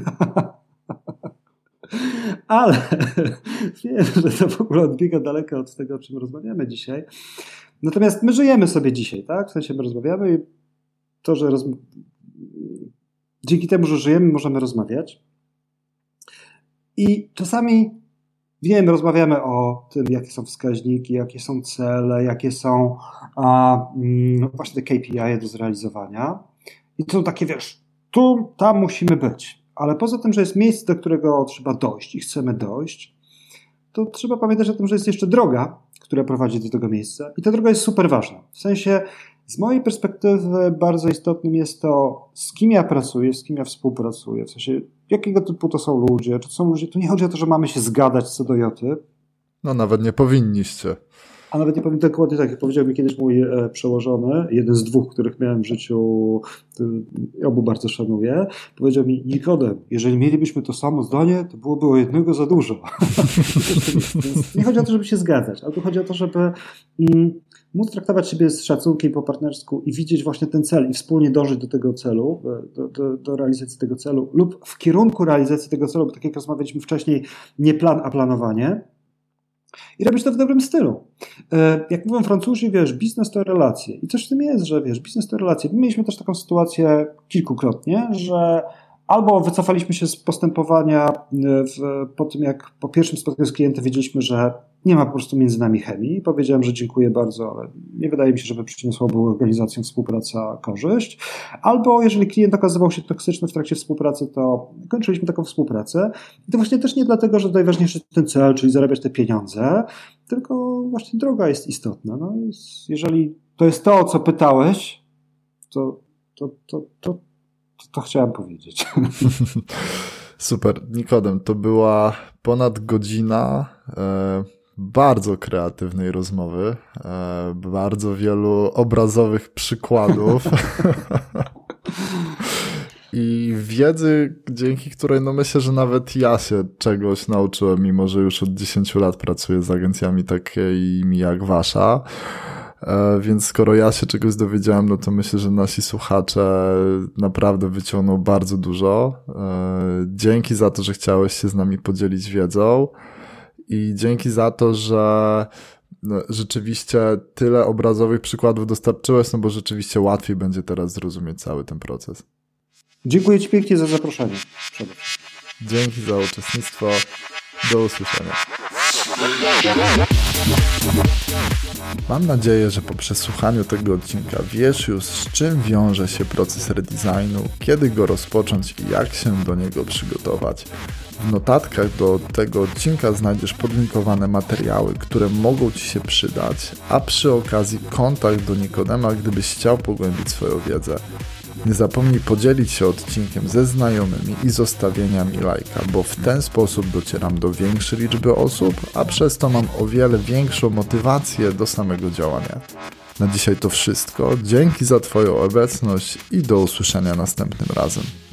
Ale wiem, że to w ogóle odbiega daleko od tego, o czym rozmawiamy dzisiaj. Natomiast my żyjemy sobie dzisiaj, tak? W sensie my rozmawiamy i to, że roz... dzięki temu, że żyjemy, możemy rozmawiać. I czasami wiem, rozmawiamy o tym, jakie są wskaźniki, jakie są cele, jakie są a, mm, właśnie te K P I do zrealizowania. I to są takie, wiesz, tu, tam musimy być. Ale poza tym, że jest miejsce, do którego trzeba dojść i chcemy dojść, to trzeba pamiętać o tym, że jest jeszcze droga, która prowadzi do tego miejsca i ta droga jest super ważna. W sensie, z mojej perspektywy bardzo istotnym jest to, z kim ja pracuję, z kim ja współpracuję, w sensie, jakiego typu to są ludzie, czy to są ludzie, tu nie chodzi o to, że mamy się zgadać co do joty. No nawet nie powinniście. A nawet nie powiem dokładnie tak, jak powiedział mi kiedyś mój e, przełożony, jeden z dwóch, których miałem w życiu, y, obu bardzo szanuję, powiedział mi: Nikodem, jeżeli mielibyśmy to samo zdanie, to byłoby o jednego za dużo. Nie chodzi o to, żeby się zgadzać, ale tu chodzi o to, żeby mm, móc traktować siebie z szacunkiem po partnersku i widzieć właśnie ten cel i wspólnie dążyć do tego celu, do, do, do realizacji tego celu lub w kierunku realizacji tego celu, bo tak jak rozmawialiśmy wcześniej, nie plan, a planowanie. I robisz to w dobrym stylu. Jak mówią Francuzi, wiesz, biznes to relacje. I coś w tym jest, że wiesz, biznes to relacje. My mieliśmy też taką sytuację kilkukrotnie, że albo wycofaliśmy się z postępowania w, po tym, jak po pierwszym spotkaniu z klientem wiedzieliśmy, że nie ma po prostu między nami chemii. Powiedziałem, że dziękuję bardzo, ale nie wydaje mi się, żeby przyniosłaby organizacjom współpraca korzyść. Albo jeżeli klient okazywał się toksyczny w trakcie współpracy, to kończyliśmy taką współpracę. I to właśnie też nie dlatego, że najważniejszy jest ten cel, czyli zarabiać te pieniądze, tylko właśnie droga jest istotna. No i jeżeli to jest to, o co pytałeś, to, to, to, to, to, to chciałem powiedzieć. Super. Nikodem, to była ponad godzina e, bardzo kreatywnej rozmowy, e, bardzo wielu obrazowych przykładów i wiedzy, dzięki której no myślę, że nawet ja się czegoś nauczyłem, mimo że już od dziesięciu lat pracuję z agencjami takimi jak wasza. Więc skoro ja się czegoś dowiedziałem, no to myślę, że nasi słuchacze naprawdę wyciągną bardzo dużo. Dzięki za to, że chciałeś się z nami podzielić wiedzą i dzięki za to, że rzeczywiście tyle obrazowych przykładów dostarczyłeś, no bo rzeczywiście łatwiej będzie teraz zrozumieć cały ten proces. Dziękuję ci pięknie za zaproszenie. Dzięki za uczestnictwo. Do usłyszenia. Mam nadzieję, że po przesłuchaniu tego odcinka wiesz już, z czym wiąże się proces redesignu, kiedy go rozpocząć i jak się do niego przygotować. W notatkach do tego odcinka znajdziesz podlinkowane materiały, które mogą ci się przydać, a przy okazji kontakt do Nikodema, gdybyś chciał pogłębić swoją wiedzę. Nie zapomnij podzielić się odcinkiem ze znajomymi i zostawienia mi lajka, bo w ten sposób docieram do większej liczby osób, a przez to mam o wiele większą motywację do samego działania. Na dzisiaj to wszystko. Dzięki za Twoją obecność i do usłyszenia następnym razem.